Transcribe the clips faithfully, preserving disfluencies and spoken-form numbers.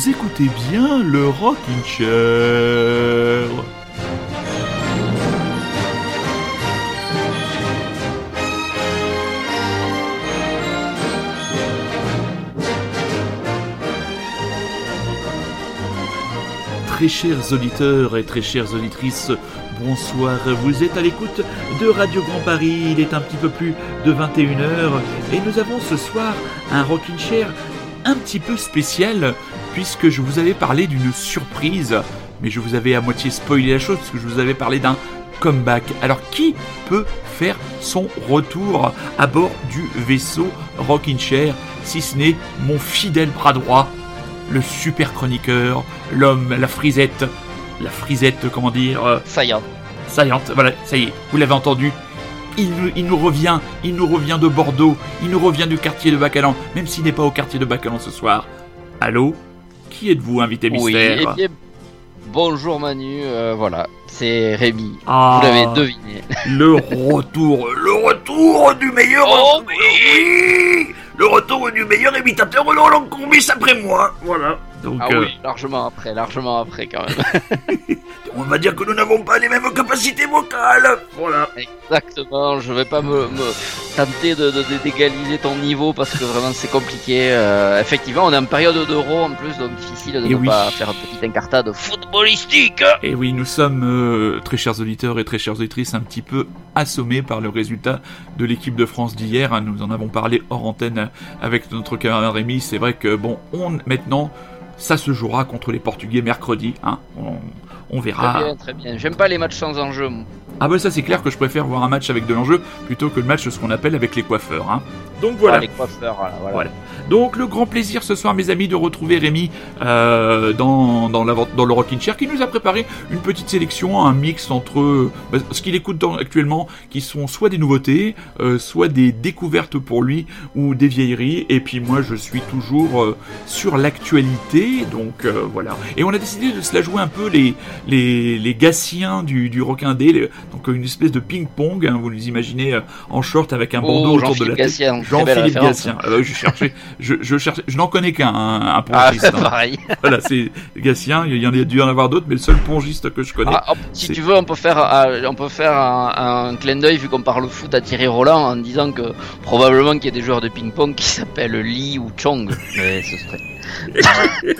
Vous écoutez bien le Rockin' Chair. Très chers auditeurs et très chères auditrices, bonsoir. Vous êtes à l'écoute de Radio Grand Paris. Il est un petit peu plus de vingt et une heures et nous avons ce soir un Rockin' Chair un petit peu spécial puisque je vous avais parlé d'une surprise, mais je vous avais à moitié spoilé la chose parce que je vous avais parlé d'un comeback. Alors qui peut faire son retour à bord du vaisseau Rockin' Chair si ce n'est mon fidèle bras droit, le super chroniqueur, l'homme, la frisette, la frisette, comment dire euh, Saillante. Saillante, voilà, ça y est, vous l'avez entendu. Il, il nous revient, il nous revient de Bordeaux, il nous revient du quartier de Bacalan, même s'il n'est pas au quartier de Bacalan ce soir. Allô ? Qui êtes-vous, invité mystère ? Oui, eh bien, bonjour Manu, euh, voilà, c'est Rémi, ah, vous l'avez deviné. Le retour, le retour du meilleur... Oh, mais... oui, le retour du meilleur imitateur de Roland Courbis après moi, voilà. Donc, ah euh... oui, largement après, largement après quand même. On va dire que nous n'avons pas les mêmes capacités vocales, voilà. Exactement, je vais pas me, me tenter de, de, de, d'égaliser ton niveau parce que vraiment c'est compliqué. Euh, effectivement, on est en période d'euro en plus, donc difficile de et ne oui. pas faire une petite incartade footballistique. Et oui, nous sommes, euh, très chers auditeurs et très chères auditrices, un petit peu assommés par le résultat de l'équipe de France d'hier. Hein. Nous en avons parlé hors antenne avec notre camarade Rémi. C'est vrai que, bon, on maintenant... ça se jouera contre les Portugais mercredi, hein. on, on verra. Très bien, très bien. J'aime pas les matchs sans enjeu. Moi. Ah bah ça c'est clair que je préfère voir un match avec de l'enjeu plutôt que le match ce qu'on appelle avec les coiffeurs, hein. Donc voilà. Ah, les coiffeurs, voilà, voilà. voilà. Donc le grand plaisir ce soir, mes amis, de retrouver Rémi euh, dans, dans, la, dans le Rockin' Chair, qui nous a préparé une petite sélection, un mix entre bah, ce qu'il écoute dans, actuellement, qui sont soit des nouveautés, euh, soit des découvertes pour lui, ou des vieilleries, et puis moi je suis toujours euh, sur l'actualité, donc euh, voilà. Et on a décidé de se la jouer un peu les, les, les gassiens du, du rock indé, les, donc une espèce de ping-pong, hein, vous les imaginez euh, en short avec un bandeau oh, autour de la tête. Gassien, Jean-Philippe Gassien. Alors, je cherchais, je, je cherchais, je n'en connais qu'un, un, un pongiste. Ah, pareil. Hein. Voilà, c'est Gassien. Il y en a dû en avoir d'autres, mais le seul pongiste que je connais. Ah, hop, si c'est... tu veux, on peut faire, euh, on peut faire un, un clin d'œil vu qu'on parle foot à Thierry Roland en disant que probablement qu'il y a des joueurs de ping-pong qui s'appellent Lee ou Chong. Mais ce serait.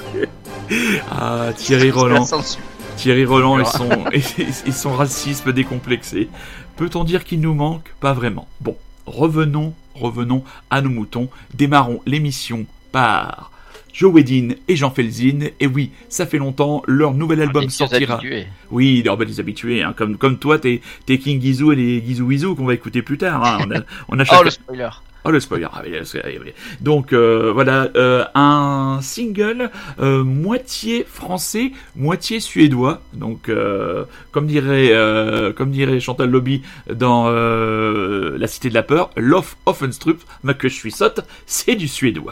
Ah, Thierry Roland. Thierry Roland et son, et, et son racisme décomplexé. Peut-on dire qu'il nous manque ? Pas vraiment. Bon, revenons, revenons à nos moutons. Démarrons l'émission par Joe Wedin et Jean Felzin. Et oui, ça fait longtemps, leur nouvel album les sortira. Habitués. Oui, oh ben, les habitués, hein, comme, comme toi, t'es, t'es King Guizou et les Guizou Wizou qu'on va écouter plus tard. Hein. On a, on a chaque... Oh, le spoiler. Oh le spoiler, ah, oui, oui. Donc euh, voilà, euh, un single euh, moitié français, moitié suédois. Donc euh, comme dirait euh, comme dirait Chantal Lobby dans euh, La Cité de la Peur, Lof Offenstrup, ma que je suis sotte, c'est du suédois.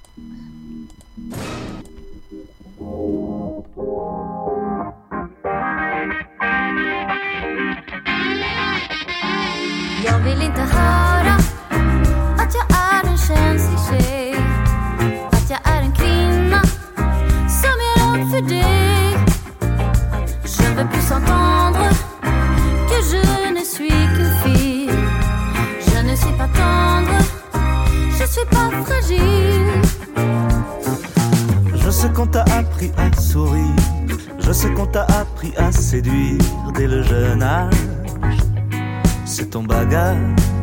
Jag vill inte höra att jag är en känslig tjej, att jag är en kvinna som är rädd för dig. Je veux plus entendre que je ne suis qu'une fille. Je ne suis pas tendre, je suis pas fragile. Je sais qu'on t'a appris à sourire, je sais qu'on t'a appris à séduire dès le jeune âge. C'est ton bagage.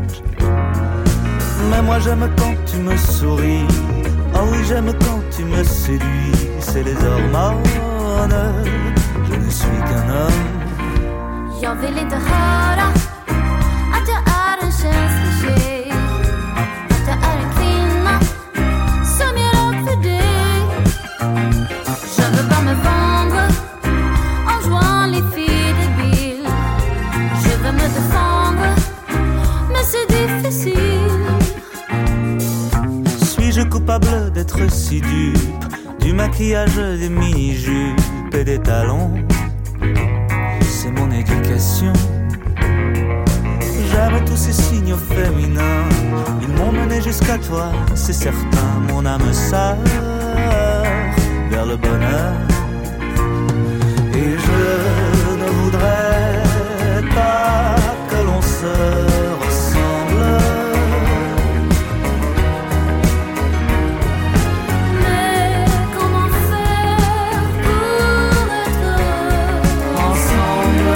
Mais moi j'aime quand tu me souris. Oh oui j'aime quand tu me séduis. C'est les hormones. Je ne suis qu'un homme. Jag vill inte höra att jag är en känslig tjej, att jag är en kvinna som är rädd för dig. Je veux pas me vendre en jouant les filles débiles. Je veux me défendre, mais c'est difficile. Suis-je coupable d'être si dupe du maquillage, des mini-jupes et des talons? C'est mon éducation. J'aime tous ces signaux féminins. Ils m'ont mené jusqu'à toi, c'est certain, mon âme sœur. vers le bonheur. Et je ne voudrais pas que l'on se ressemble. Mais comment faire pour être ensemble?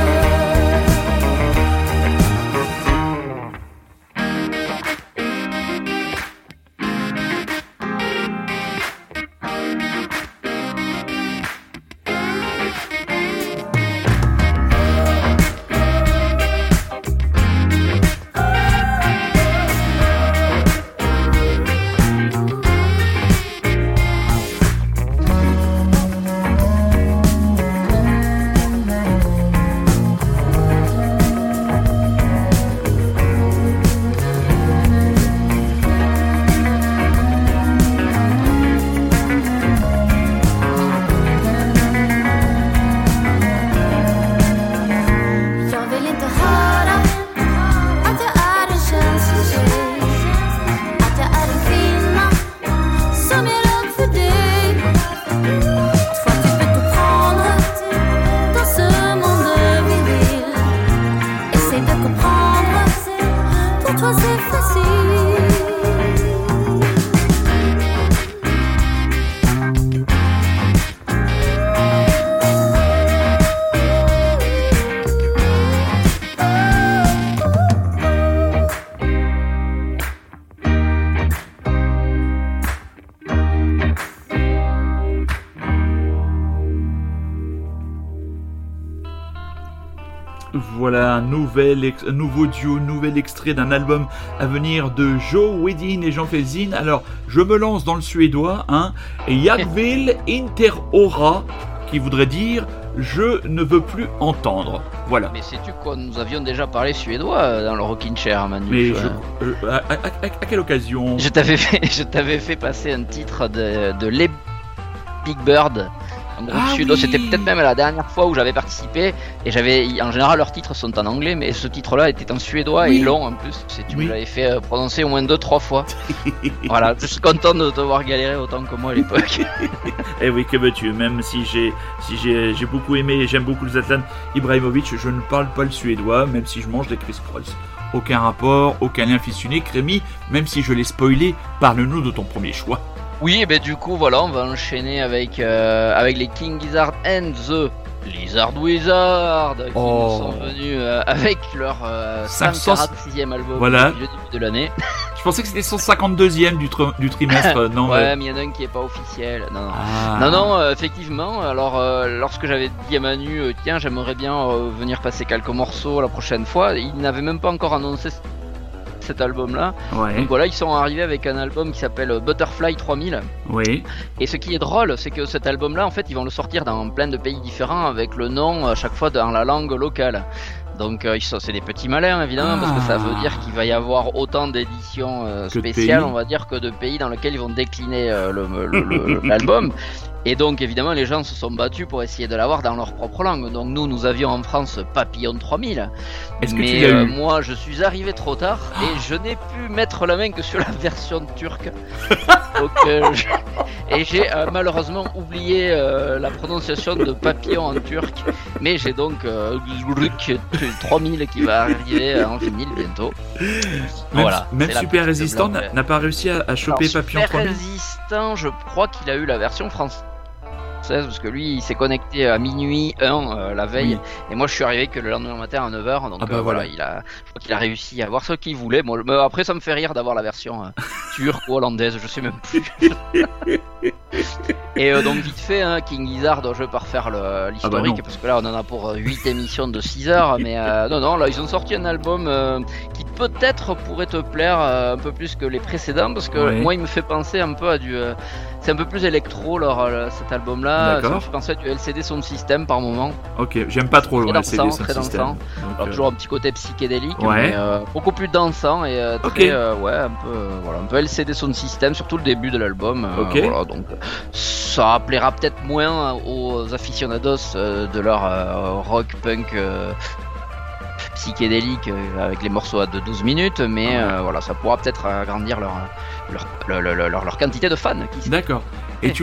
Jag vill inte höra att jag är en känslig tjej, att jag är en kvinna som ger upp för dig. Toi tu peux tout prendre dans ce monde viril. Essaye de comprendre, pour toi c'est facile. Voilà un, nouvel ex- un nouveau duo, nouvel extrait d'un album à venir de Joe Wedin et Jean Felzin. Alors, je me lance dans le suédois, hein, et Jag vill inte höra, qui voudrait dire je ne veux plus entendre. Voilà. Mais sais-tu quoi, nous avions déjà parlé suédois dans le Rockin' Chair, Manu. Mais Ouais. je, je- à, à- à- à quelle occasion? Je t'avais fait, je t'avais fait passer un titre de, de Les Big Bird. En groupe Ah suédois, oui. c'était peut-être même la dernière fois où j'avais participé et j'avais, en général leurs titres sont en anglais, mais ce titre-là était en suédois Oui. et long en plus. C'est tu Oui. me l'avais fait euh, prononcer au moins deux, trois fois. Voilà, je suis content de te voir galérer autant que moi à l'époque. Eh oui, que veux-tu, même si j'ai si j'ai, j'ai beaucoup aimé et j'aime beaucoup le Zlatan Ibrahimovic, je ne parle pas le suédois, même si je mange des Chris Preuss. Aucun rapport, aucun lien fils unique. Rémi, même si je l'ai spoilé, parle-nous de ton premier choix. Oui, et ben du coup, voilà, on va enchaîner avec, euh, avec les King Gizzard and the Lizard Wizard qui Oh. nous sont venus euh, avec leur euh, cinq cents cent quarante-sixième album Voilà. depuis le début de l'année. Je pensais que c'était cent cinquante-deuxième du, tr- du trimestre, non? Ouais, euh, mais il y en a un qui est pas officiel. Non, non. Ah. Non, non, euh, effectivement. Alors, euh, lorsque j'avais dit à Manu, euh, tiens, j'aimerais bien euh, venir passer quelques morceaux la prochaine fois, il n'avait même pas encore annoncé c- cet album-là. Ouais, Donc voilà, ils sont arrivés avec un album qui s'appelle euh, Butterfly trois mille. oui. Et ce qui est drôle, c'est que cet album-là, en fait, ils vont le sortir dans plein de pays différents avec le nom à chaque fois dans la langue locale. Donc, euh, ils sont, c'est des petits malins évidemment, parce que ça veut dire qu'il va y avoir autant d'éditions euh, Que de spéciales, pays. on va dire, que de pays dans lesquels ils vont décliner euh, le, le- le- l'album. Et donc, évidemment, les gens se sont battus pour essayer de l'avoir dans leur propre langue. Donc, nous, nous avions en France Papillon trois mille. Est-ce que Mais tu l'as euh, eu? moi, je suis arrivé trop tard et je n'ai pu mettre la main que sur la version turque. Donc, euh, je- et j'ai euh, malheureusement oublié euh, la prononciation de papillon en turc. Mais j'ai donc euh, Gürük trois mille qui va arriver en vinyle bientôt. Même, Voilà, même c'est la Super petite Résistant blague. n'a, n'a pas réussi à, à choper Alors, Papillon Super trois mille. Résistant, je crois qu'il a eu la version française. Parce que lui il s'est connecté à minuit un euh, la veille Oui. et moi je suis arrivé que le lendemain matin à neuf heures donc Ah bah euh, voilà. voilà. il a je crois qu'il a réussi à voir ce qu'il voulait. Bon, mais après ça me fait rire d'avoir la version euh, turque ou hollandaise, je sais même plus. Et euh, donc vite fait hein, King Gizzard, je vais pas refaire le, l'historique Ah bah non. parce que là on en a pour huit émissions de six heures mais euh, non non là ils ont sorti un album euh, qui peut-être pourrait te plaire euh, un peu plus que les précédents parce que Ouais. moi il me fait penser un peu à du euh, c'est un peu plus électro leur, euh, cet album là, ça D'accord. me fait penser à du L C D Sound System par moment. Ok, j'aime pas trop Très le L C D dansant, Sound très System. dansant. Donc, Alors euh, toujours un petit côté psychédélique, Ouais. mais euh, beaucoup plus dansant et euh, très Ok. euh, ouais un peu euh, voilà un peu L C D Sound System, surtout le début de l'album. euh, Ok. Voilà, donc euh, ça plaira peut-être moins aux aficionados euh, de leur euh, rock punk. euh, psychédélique euh, avec les morceaux à de douze minutes, mais Ah ouais. euh, voilà, ça pourra peut-être agrandir leur, leur, leur, leur, leur, leur quantité de fans. Qui sait. D'accord. Et tu, Peut-être.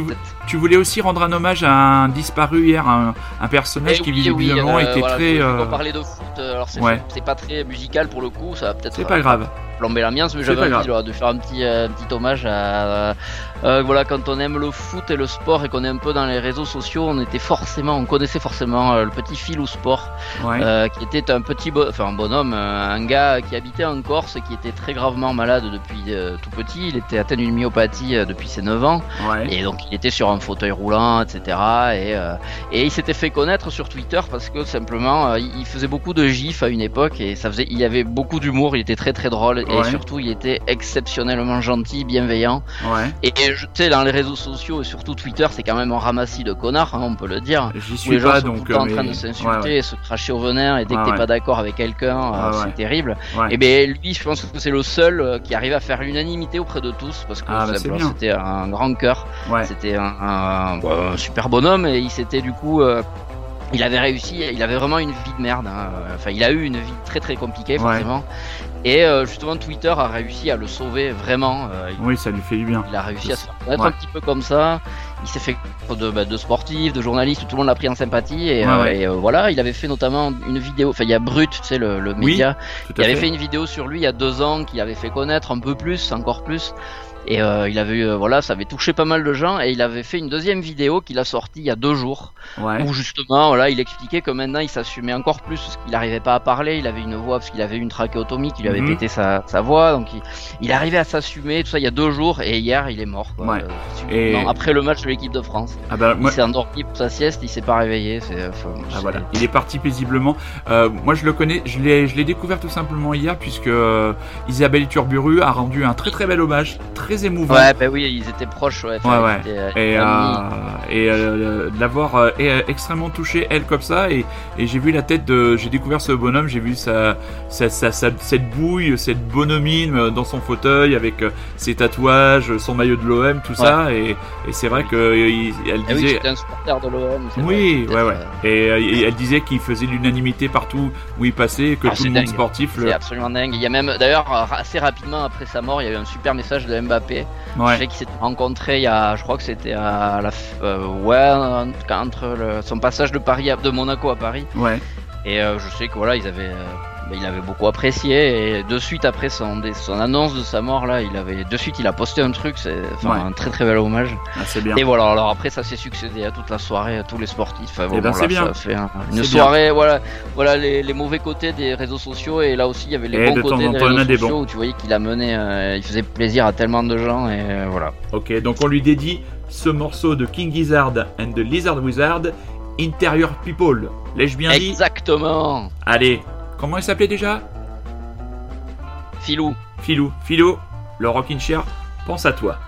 tu voulais aussi rendre un hommage à un disparu hier, un, un personnage Eh qui oui, visiblement oui, euh, était voilà, très. je- euh, On parlait de foot, euh, alors c'est, Ouais. c'est pas très musical pour le coup, ça va peut-être C'est pas grave. plomber l'ambiance, mais C'est j'avais pas envie grave. voilà, de faire un petit, euh, un petit hommage à. euh, voilà, quand on aime le foot et le sport et qu'on est un peu dans les réseaux sociaux, on était forcément, on connaissait forcément euh, le petit Philou Sport, Ouais. euh, qui était un petit, bo- enfin un bonhomme, euh, un gars qui habitait en Corse, qui était très gravement malade depuis euh, tout petit. Il était atteint d'une myopathie euh, depuis ses neuf ans. Ouais. Et donc il était sur un fauteuil roulant, et cetera. Et, euh, et il s'était fait connaître sur Twitter parce que simplement euh, il il faisait beaucoup de gifs à une époque et ça faisait, il avait beaucoup d'humour, il était très très drôle et Ouais. surtout il était exceptionnellement gentil, bienveillant. Ouais. Et, et je tu sais dans les réseaux sociaux et surtout Twitter c'est quand même un ramassis de connards, hein, on peut le dire. J'y Où suis les gens pas sont donc. tout le temps en mais- train de s'insulter ouais, ouais. et se cracher au venin et dès Ouais, que t'es ouais. pas d'accord avec quelqu'un, euh, Ouais, c'est ouais. terrible. Ouais. Et ben lui, je pense que c'est le seul euh, qui arrive à faire l'unanimité auprès de tous parce que Ah, bah, c'est simplement, bien. c'était un grand cœur, Ouais. c'était un, un- bon, un super bonhomme et il s'était du coup, euh, il avait réussi, il avait vraiment une vie de merde. Hein. Enfin, il a eu une vie très très compliquée Ouais. forcément. Et euh, justement, Twitter a réussi à le sauver vraiment. Euh, Oui, ça lui fait du bien. il a réussi à se faire connaître Ouais. un petit peu comme ça. Il s'est fait de, bah, de sportifs, de journalistes, tout le monde l'a pris en sympathie. Et, Ouais, euh, ouais. et, euh, voilà, il avait fait notamment une vidéo. Enfin, il y a Brut, tu sais, le, le Oui, média. Tout Il à avait fait. fait une vidéo sur lui il y a deux ans qu'il avait fait connaître un peu plus, encore plus. Et euh, il avait eu, euh, voilà, ça avait touché pas mal de gens. Et il avait fait une deuxième vidéo qu'il a sortie il y a deux jours. Ouais. Où justement, voilà, il expliquait que maintenant il s'assumait encore plus parce qu'il n'arrivait pas à parler. Il avait une voix parce qu'il avait eu une trachéotomie qui lui avait Mhm. pété sa, sa voix. Donc il, il arrivait à s'assumer, tout ça il y a deux jours. Et hier, il est mort. Quoi. Ouais. Euh, Et- subitement, après le match de l'équipe de France. Ah bah moi. Il s'est endormi pour sa sieste, il s'est pas réveillé. C'est, enfin, Ah c'est- voilà, il est parti paisiblement. Euh, moi je le connais, je l'ai, je l'ai découvert tout simplement hier puisque euh, Isabelle Turburu a rendu un très très bel hommage, très émouvant. Ouais, bah oui, ils étaient proches. Ouais, Ouais, ouais. ils étaient, euh, Et, amis. euh, et euh, de l'avoir euh, est- extrêmement touché elle comme ça et, et j'ai vu la tête de j'ai découvert ce bonhomme, j'ai vu sa, sa, sa, sa- cette bouille, cette bonhomie euh, dans son fauteuil avec euh, ses tatouages, son maillot de l'O M, tout ça et, et c'est vrai que euh, il- elle Ah oui, disait c'était un supporter de l'O M. c'est oui, vrai, ouais, ouais. peut-être, euh, Et, euh, et elle disait qu'il faisait l'unanimité partout où il passait, que Ah, tout c'est le monde dingue. sportif le. C'est absolument dingue. Il y a même, d'ailleurs, euh, assez rapidement après sa mort, il y a eu un super message de Mbappé. Je Ouais, sais qu'ils s'étaient rencontrés il y a, je crois que c'était à la, f- euh, ouais, en tout cas, entre le- son passage de Paris à, de Monaco à Paris. ouais, Et euh, je sais que voilà, ils avaient, euh, bah, il avait beaucoup apprécié. Et de suite après son, des- son annonce de sa mort là, il avait, de suite il a posté un truc, c'est enfin, Ouais. un très très bel hommage. ah, c'est bien. Et voilà, alors après ça s'est succédé à toute la soirée, à tous les sportifs. Enfin, bon, Eh ben, voilà, c'est bien. ça a fait un- C'est une bien. soirée, voilà, voilà les, les mauvais côtés des réseaux sociaux et là aussi il y avait les Et bons de temps côtés en des temps, il y en réseaux a des sociaux bons. où tu voyais qu'il a mené, euh, il faisait plaisir à tellement de gens et euh, voilà. Ok, donc on lui dédie ce morceau de King Gizzard and the Lizard Wizard, Interior People. L'ai-je bien dit? Exactement, Allez, comment il s'appelait déjà? Filou. Philou, Philo, le Rockin' Chair, pense à toi.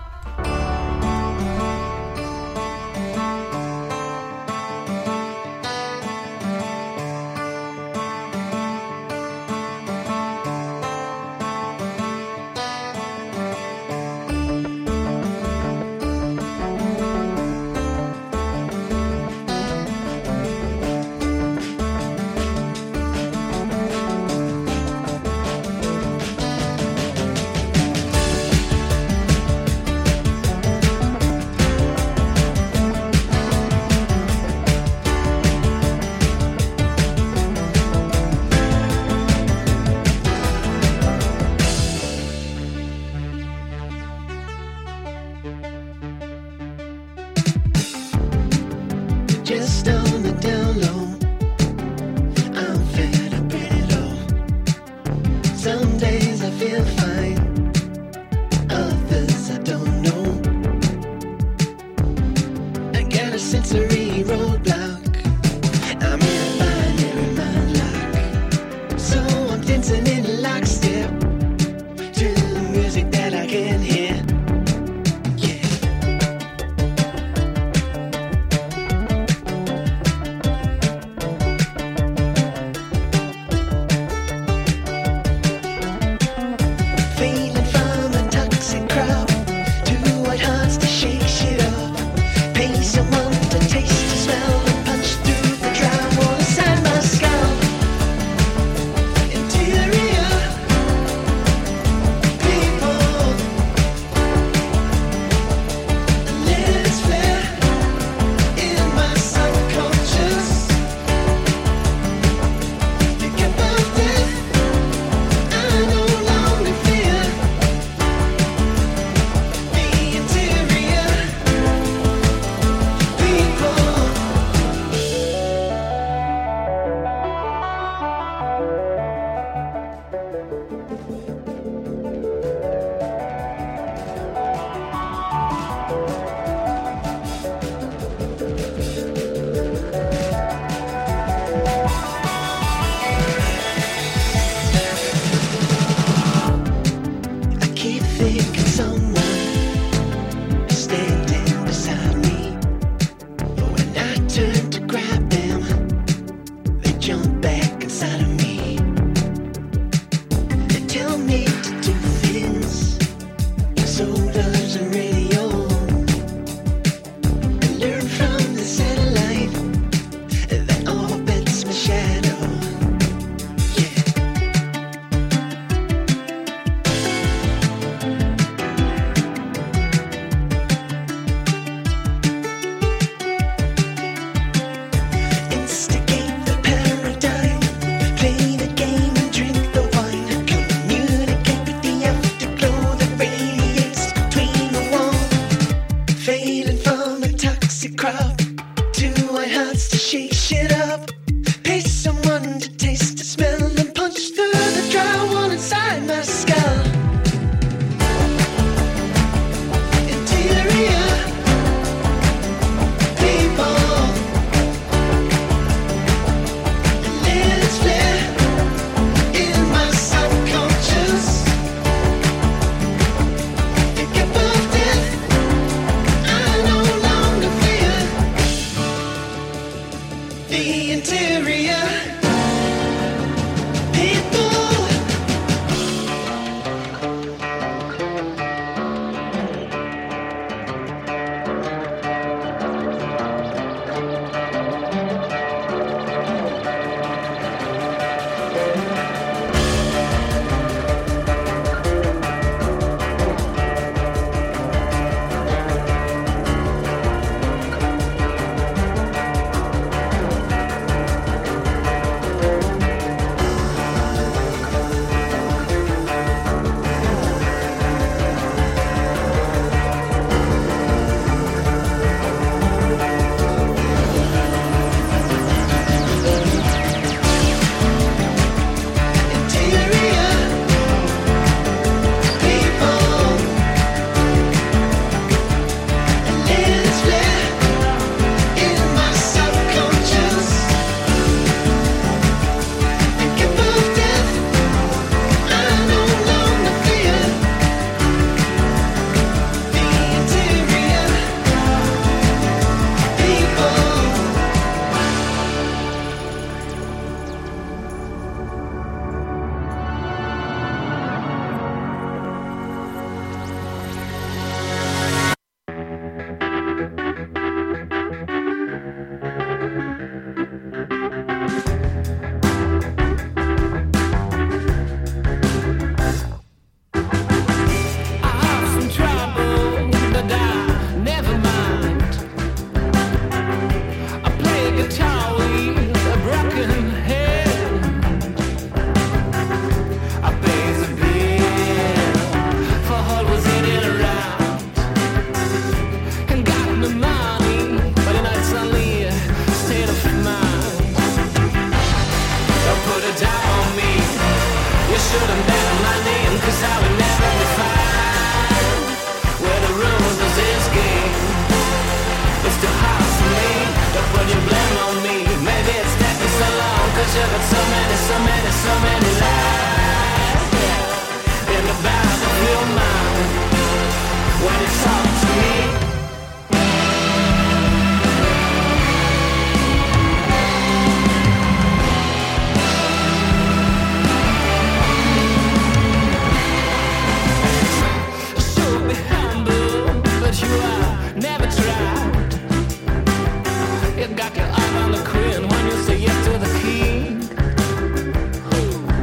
thinking someone is standing beside me. But when I turn to grab them, they jump back inside of me. They tell me to do things, and so does the radio. And learn from the satellite that orbits my shadow. You got your eye on the queen when you say yes to the king.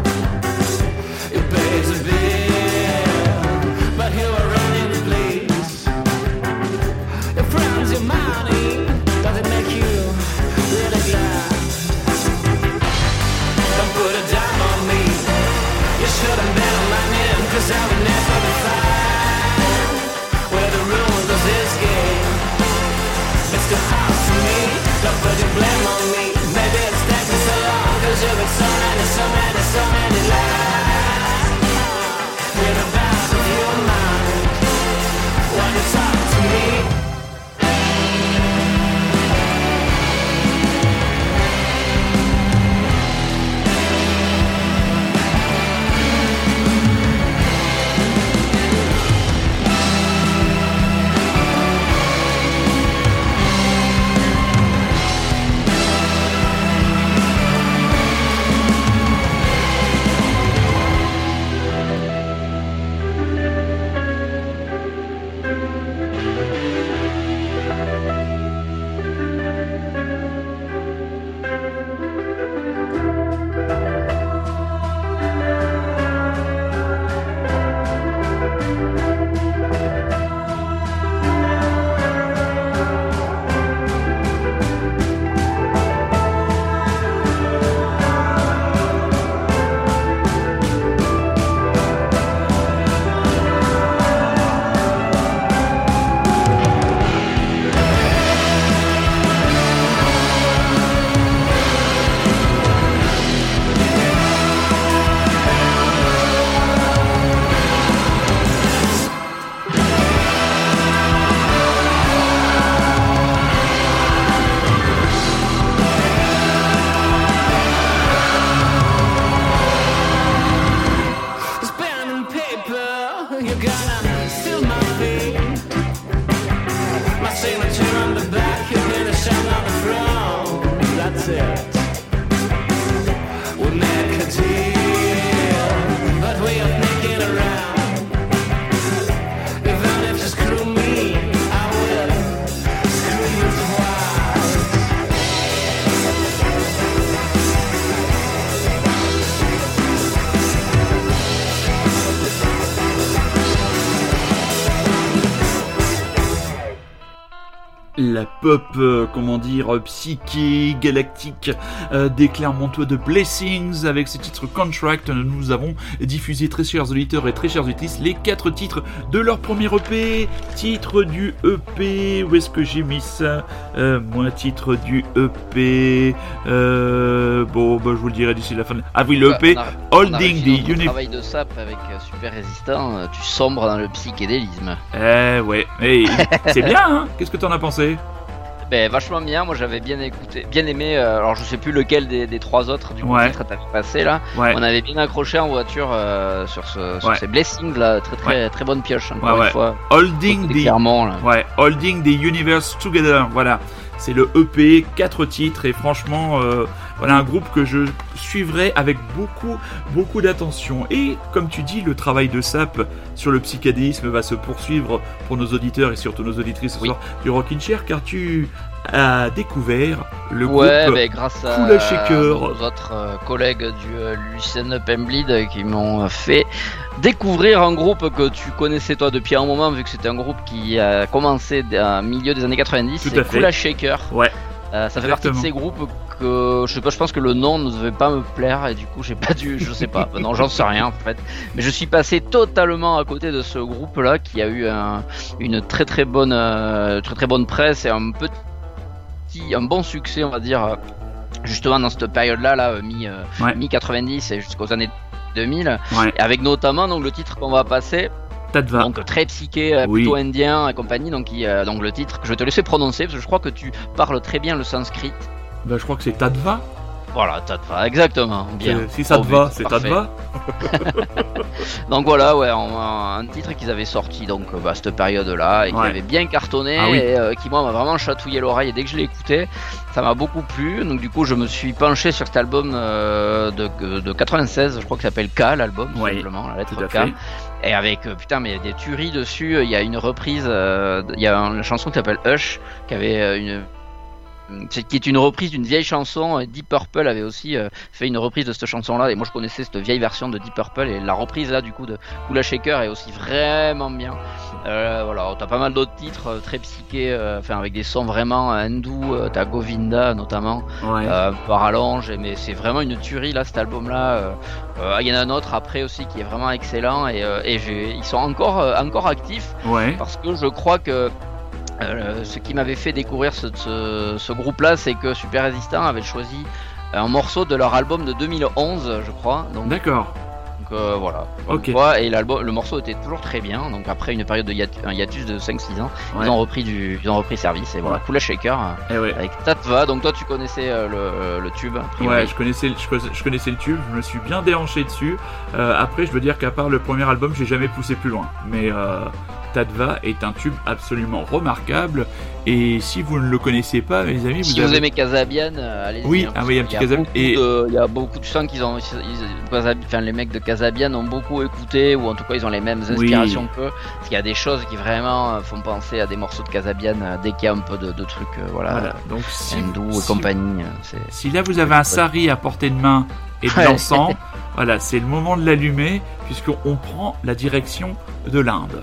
gun, still my feet. My signature on the back, you're gonna shine on the front. That's it. We make a deal, but we are thinking around. Even if you screw me, I will screw you twice. La pop, euh, comment dire, euh, psyché, galactique euh, des Clermontois de Blessings avec ce titre Contract. Nous avons diffusé, très chers auditeurs et très chères auditrices, les quatre titres de leur premier E P. Titre du E P, où est-ce que j'ai mis ça euh, Moi, titre du E P. Euh, bon, bah, je vous le dirai d'ici la fin. De... Ah oui, le E P, on a, Holding on a the Uni. travail de sap avec euh, Super Résistant, euh, tu sombres dans le psychédélisme. Eh ouais, hey, c'est bien, hein. Qu'est-ce que t'en as pensé? Ben vachement bien, moi j'avais bien écouté, bien aimé. Euh, alors je sais plus lequel des, des trois autres du coup Ouais. titre t'avais passé là. Ouais. On avait bien accroché en voiture euh, sur, ce, sur Ouais. ces blessings là, très très Ouais. très bonne pioche encore Ouais, une ouais. fois. Holding Côté the Clermont, là. Ouais, Holding the Universe Together, voilà. C'est le E P, quatre titres, et franchement, euh, voilà un groupe que je suivrai avec beaucoup, beaucoup d'attention. Et comme tu dis, le travail de Sap sur le psychédélisme va se poursuivre pour nos auditeurs et surtout nos auditrices ce Oui. soir du Rockin' Chair, car tu as découvert le Ouais, groupe ben, grâce à Kula Shaker. nos autres euh, collègues du euh, Lucien Up and Bleed euh, qui m'ont fait découvrir un groupe que tu connaissais toi depuis un moment, vu que c'était un groupe qui a commencé au milieu des années quatre-vingt-dix. Tout C'est à fait. Kula Shaker. Ouais, Euh, ça fait Exactement. partie de ces groupes que je sais pas, je pense que le nom ne devait pas me plaire et du coup j'ai pas dû, je sais pas, non j'en sais rien en fait, mais je suis passé totalement à côté de ce groupe là qui a eu un, une très très bonne, euh, très très bonne presse et un petit, un bon succès on va dire, euh, justement dans cette période là, là mi, euh, Ouais. mi quatre-vingt-dix et jusqu'aux années deux mille, ouais. et avec notamment donc le titre qu'on va passer. Tadva. Donc très psyché, euh, Oui. plutôt indien et compagnie. Donc, il, euh, donc le titre que je vais te laisser prononcer parce que je crois que tu parles très bien le sanskrit. Bah, je crois que c'est Tadva. Voilà, Tadva, exactement. Bien. Euh, si ça te Au va, but, c'est parfait. Tadva. Donc voilà, ouais, on- un titre qu'ils avaient sorti donc euh, bah, cette période-là et qui Ouais. avait bien cartonné Ah oui. et euh, qui moi m'a vraiment chatouillé l'oreille. Et dès que je l'ai écouté, ça m'a beaucoup plu. Donc du coup, je me suis penché sur cet album euh, de, de quatre-vingt-seize, je crois qu'il s'appelle K, l'album, tout Ouais, simplement, la lettre tout à K. fait. Et avec, euh, putain, mais il y a des tueries dessus. Il y a une reprise, euh, il y a une chanson qui s'appelle Hush, qui avait euh, une. C'est- qui est une reprise d'une vieille chanson. Deep Purple avait aussi euh, fait une reprise de cette chanson-là, et moi je connaissais cette vieille version de Deep Purple, et la reprise là du coup de Kula Shaker est aussi vraiment bien. Euh, voilà, t'as pas mal d'autres titres euh, très psychés, euh, enfin avec des sons vraiment euh, hindous. Euh, t'as Govinda notamment, Ouais. euh, par rallonge, mais c'est vraiment une tuerie là cet album là. Il y en a un autre après aussi qui est vraiment excellent, et, euh, et j'ai- ils sont encore, euh, encore actifs Ouais. parce que je crois que euh, ce qui m'avait fait découvrir ce, ce, ce groupe là, c'est que Super Résistant avait choisi un morceau de leur album de deux mille onze, je crois. Donc, D'accord. donc, euh, voilà. Comme Ok. quoi, et l'album, le morceau était toujours très bien. Donc après une période de hiatus, un hiatus de cinq six ans, Ouais. ils ont repris du, ils ont repris service, et voilà. Ouais. Kula Shaker euh, Eh ouais. avec Tatva. Donc toi tu connaissais euh, le, le tube. a priori. Ouais, je connaissais, je, connaissais- je connaissais le tube, je me suis bien déhanché dessus. Euh, après, je veux dire qu'à part le premier album, j'ai jamais poussé plus loin. Mais euh, Tadva est un tube absolument remarquable. Et si vous ne le connaissez pas, mes amis, Si vous, vous avez... aimez Casabian, euh, allez-y. Oui, hein, ah oui, il y a un parce petit qu'il Casabian. beaucoup Et- de- Il y a beaucoup de gens qu'ils ont. Ils, ils- Casab- enfin, les mecs de Casabian ont beaucoup écouté, ou en tout cas ils ont les mêmes inspirations Oui. qu'eux. Parce qu'il y a des choses qui vraiment euh, font penser à des morceaux de Casabian euh, dès qu'il y a un peu de, de trucs, euh, voilà, Voilà. Donc, si, hindou et si- compagnie. euh, c'est- si là vous avez un sari à portée de main et de Ouais. l'encens, voilà, c'est le moment de l'allumer, puisqu'on prend la direction de l'Inde.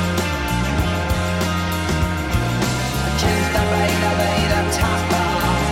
Top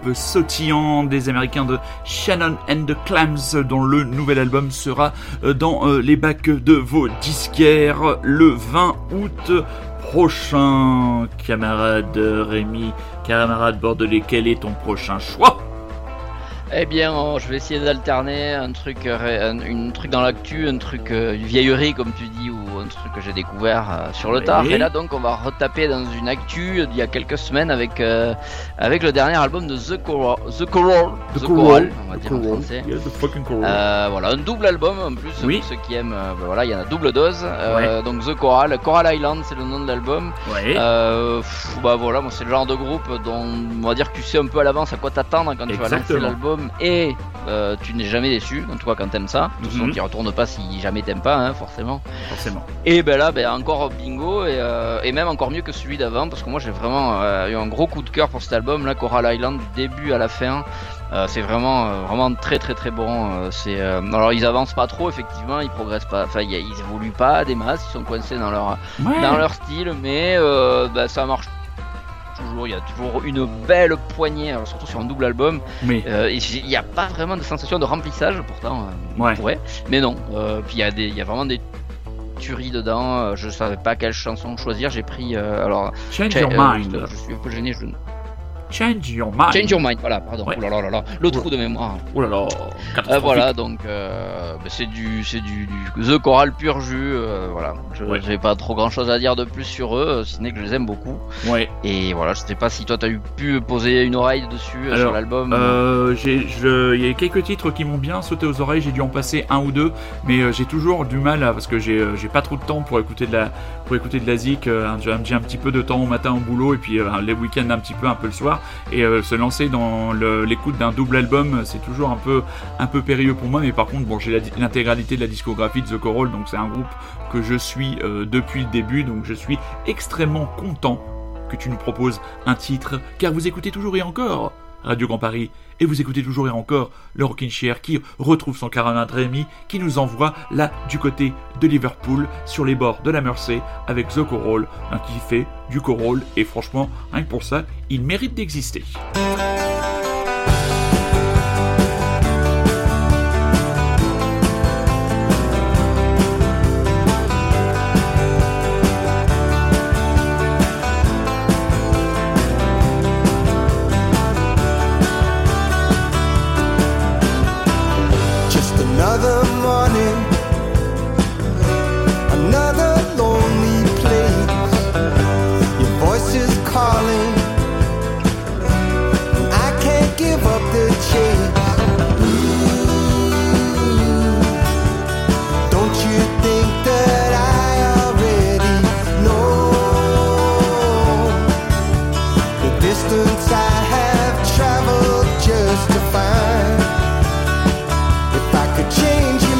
groupe sautillant des Américains de Shannon and the Clams, dont le nouvel album sera dans les bacs de vos disquaires le vingt août prochain. Camarade Rémi, camarade bordelais, quel est ton prochain choix? Eh bien, oh, je vais essayer d'alterner un truc, un, une truc dans l'actu, un truc euh, une vieillerie comme tu dis, ou un truc que j'ai découvert euh, sur le tard. Oui. Et là, donc, on va retaper dans une actu d'il y a quelques semaines avec euh, avec le dernier album de The Coral, The Coral, The The Coral, Coral, on va The dire en Coral. français. Yeah, the fucking Coral. Euh, voilà, un double album en plus Oui. pour ceux qui aiment. Euh, ben voilà, il y en a double dose. Euh, Ouais. Donc The Coral, Coral Island, c'est le nom de l'album. Ouais. Euh, pff, bah voilà, moi c'est le genre de groupe dont on va dire que tu sais un peu à l'avance à quoi t'attendre quand tu vas lancer Exactement. l'album et euh, tu n'es jamais déçu, en tout cas quand t'aimes ça. De toute façon, Mhm. tu y retournes pas si jamais t'aimes pas, hein, forcément. Forcément. Et ben là, ben encore bingo et, euh, et même encore mieux que celui d'avant parce que moi j'ai vraiment euh, eu un gros coup de cœur pour cet album là, Coral Island, du début à la fin. Euh, c'est vraiment euh, vraiment très très très bon. Euh, c'est euh, alors ils avancent pas trop effectivement, ils progressent pas, enfin y a- ils évoluent pas des masses, ils sont coincés dans leur Ouais. dans leur style, mais euh, bah, ça marche toujours. Il y a toujours une belle poignée, alors surtout sur un double album. Mais Euh, et il n'y a pas vraiment de sensation de remplissage, pourtant, euh, Ouais. on pourrait, mais non. Euh, puis il y a des, il y a vraiment des tueries dedans. Euh, je savais pas quelle chanson choisir. J'ai pris euh, alors. Change Cha- Your euh, Mind. je, je suis un peu gêné. Je... Change Your Mind. Change Your Mind. Voilà, pardon. Ouais. Oh là là là là. Le trou de mémoire. Oh là là. Euh, Catastrophique. voilà, donc euh, bah, c'est du, c'est du, du The Coral pur jus. Euh, voilà, je Ouais. j'ai pas trop grand chose à dire de plus sur eux, euh, si ce n'est que je les aime beaucoup. Ouais. Et voilà, je sais pas si toi t'as eu pu poser une oreille dessus euh, sur Alors, l'album. Euh, j'ai, je, il y a quelques titres qui m'ont bien sauté aux oreilles. J'ai dû en passer un ou deux, mais euh, j'ai toujours du mal à, parce que j'ai, euh, j'ai pas trop de temps pour écouter de la, pour écouter de la zik. Euh, j'ai, un, j'ai un petit peu de temps au matin au boulot et puis euh, les week-ends un petit peu, un peu le soir. Et euh, se lancer dans le, l'écoute d'un double album, c'est toujours un peu, un peu périlleux pour moi. Mais par contre, bon, j'ai la, l'intégralité de la discographie de The Coral, donc c'est un groupe que je suis euh, depuis le début, donc je suis extrêmement content que tu nous proposes un titre, car vous écoutez toujours et encore Radio Grand Paris, et vous écoutez toujours et encore le Rockin' Chair qui retrouve son caravane Rémi, qui nous envoie là du côté de Liverpool, sur les bords de la Mersey, avec The Coral, un qui fait du Coral, et franchement, rien que pour ça, il mérite d'exister. Just another morning, another lonely place. Your voice is calling, and I can't give up the chase. Don't you think that I already know the distance I have traveled just to find? If I could change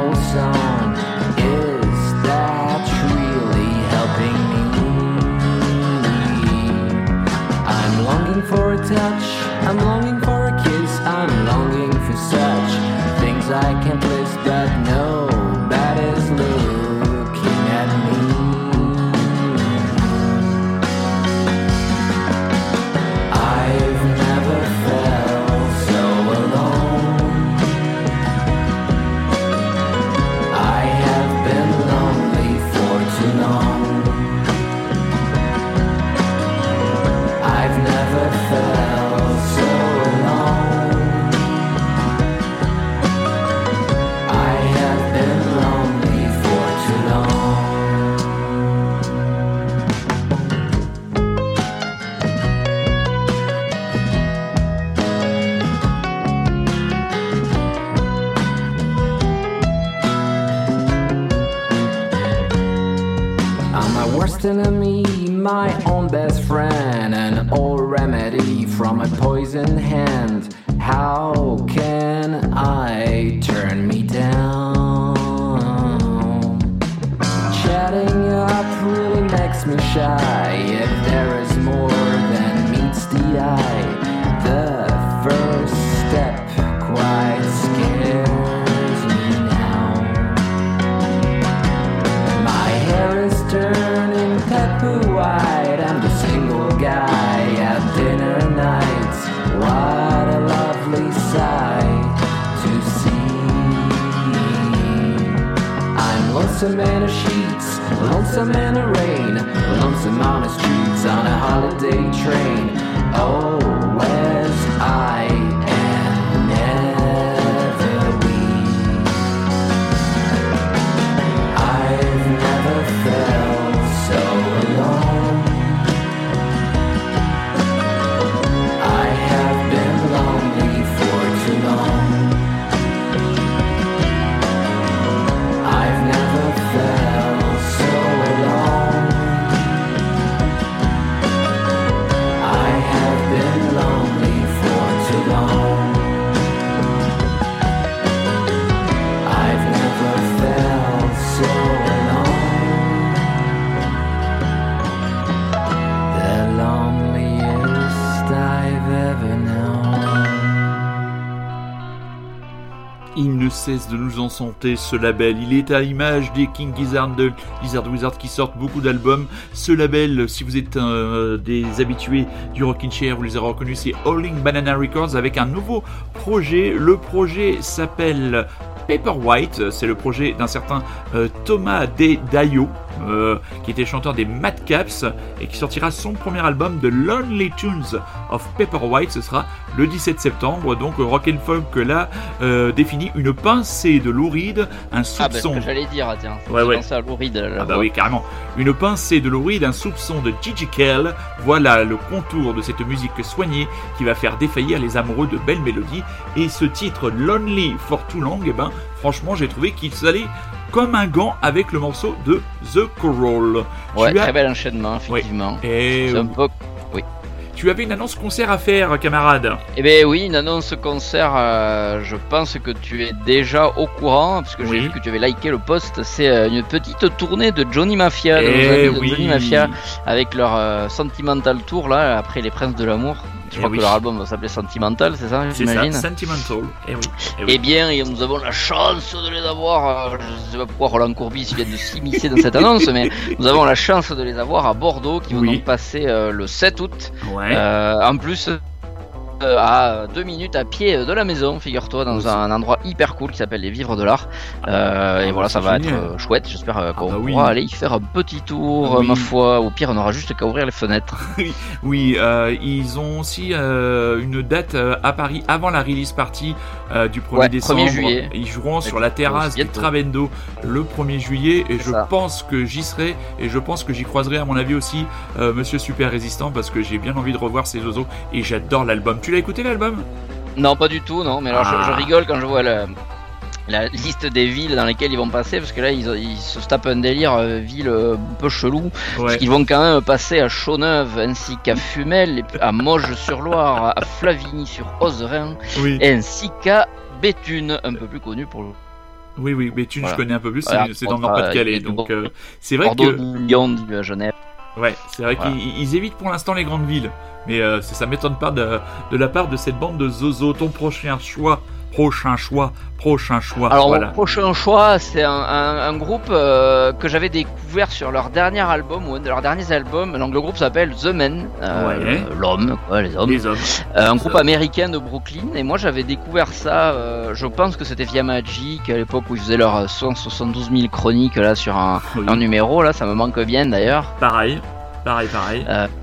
old song. Is that really helping me? I'm longing for a touch, I'm longing for a kiss, I'm longing for such things I can't list, but nobody's looking at me. I've never felt so alone. I have been lonely for too long. I've never felt so alone. I have been lonely for too long. I'm my worst enemy, my own best friend, an old remedy from a poisoned hand. How can I turn me down? Chatting up really makes me shy. If there is more than meets the eye, the first step quite scares me now. My hair is turning pepper white. I'm the single guy at dinner nights. What a lovely sight to see. I'm lonesome in the sheets, lonesome in the rain, lonesome on the streets on a holiday train. Always I and never we. I've never felt so alone. I have been lonely for too long. I've never felt so alone. I have been lonely for too long. I've never felt so alone. The loneliest I've ever known. Il ne cesse de nous enchanter ce label, il est à l'image des King Gizzard de Lizard Wizard qui sortent beaucoup d'albums. Ce label, si vous êtes euh, des habitués du Rockin' Chair, vous les aurez reconnus, c'est Howling Banana Records avec un nouveau projet. Le projet s'appelle Paperwhite, c'est le projet d'un certain euh, Thomas D. Dayo, euh, qui était chanteur des Madcaps et qui sortira son premier album The Lonely Tunes of Paperwhite. Ce sera le dix-sept septembre. Donc Rock'n'Folk là euh, définit une pincée de Lou Reed, un soupçon. Ah bah ce que j'allais dire, tiens. Ouais, ouais. Pensé à Lou Reed, là, ah bah oui, carrément. Une pincée de Lou Reed, un soupçon de Gigi Kell. Voilà le contour de cette musique soignée qui va faire défaillir les amoureux de belles mélodies. Et ce titre Lonely for Too Long, eh ben franchement j'ai trouvé qu'il s'allait comme un gant avec le morceau de The Coral. Ouais, tu très as... bel enchaînement, effectivement. Oui. Et... C'est un peu... Oui. Tu avais une annonce concert à faire, camarade. Eh bien oui, une annonce concert, euh, je pense que tu es déjà au courant, parce que oui. j'ai vu que tu avais liké le post, c'est euh, une petite tournée de Johnny Mafia, de nos eh amis de oui. Johnny Mafia, avec leur euh, Sentimental Tour, là, après Les Princes de l'amour. Je eh crois oui. que leur album va s'appeler Sentimental, c'est ça, c'est j'imagine? C'est ça, Sentimental. Eh oui. Eh, oui. eh bien, et nous avons la chance de les avoir, euh, je ne sais pas pourquoi Roland Courbis vient de s'immiscer dans cette annonce, mais nous avons la chance de les avoir à Bordeaux, qui vont oui. donc passer euh, le sept août. Ouais. Euh, en plus... Euh, à deux minutes à pied de la maison, figure-toi, dans oui, un endroit hyper cool qui s'appelle les Vivres de l'Art. Euh, ah, et voilà, ça va génial. être euh, chouette. J'espère euh, qu'on ah bah oui. pourra aller y faire un petit tour, oui. ma foi. Au pire, on aura juste qu'à ouvrir les fenêtres. oui, euh, ils ont aussi euh, une date euh, à Paris avant la release party euh, du premier ouais, décembre. premier juillet. Ils joueront sur la terrasse du Travendo le premier juillet. Et C'est je ça. pense que j'y serai. Et je pense que j'y croiserai, à mon avis, aussi euh, Monsieur Super Résistant, parce que j'ai bien envie de revoir ces oiseaux. Et j'adore l'album. Tu l'as écouté l'album? Non, pas du tout, non. Mais alors ah. je, je rigole quand je vois la, la liste des villes dans lesquelles ils vont passer, parce que là ils, ils se tapent un délire euh, ville euh, un peu chelou, ouais. parce qu'ils vont quand même passer à Chaux-Neuve ainsi qu'à Fumel, à Moges-sur-Loire, à Flavigny-sur-Ozerin, oui. ainsi qu'à Béthune, un peu plus connu pour Oui, oui, mais tu Voilà. je connais un peu plus, Voilà, c'est, c'est dans le contre, Nord-Pas-de-Calais, euh, donc Bordeaux, euh, c'est vrai Bordeaux, que... Lyon, Genève. Ouais, c'est vrai Voilà. qu'ils ils évitent pour l'instant les grandes villes, mais euh, ça, ça m'étonne pas de, de la part de cette bande de Zozo. Ton prochain choix, prochain choix, prochain choix, Alors voilà. mon prochain choix, c'est un, un, un groupe euh, que j'avais découvert sur leur dernier album ou un de leurs derniers albums. Donc le groupe s'appelle The Men, euh, Ouais. l'homme, quoi, les hommes. Les hommes. Euh, un Les groupe hommes. américain de Brooklyn. Et moi j'avais découvert ça, euh, je pense que c'était via Magic à l'époque où ils faisaient leurs cent soixante-douze mille chroniques là sur un, Oui. un numéro là, ça me manque bien d'ailleurs. Pareil, pareil, pareil.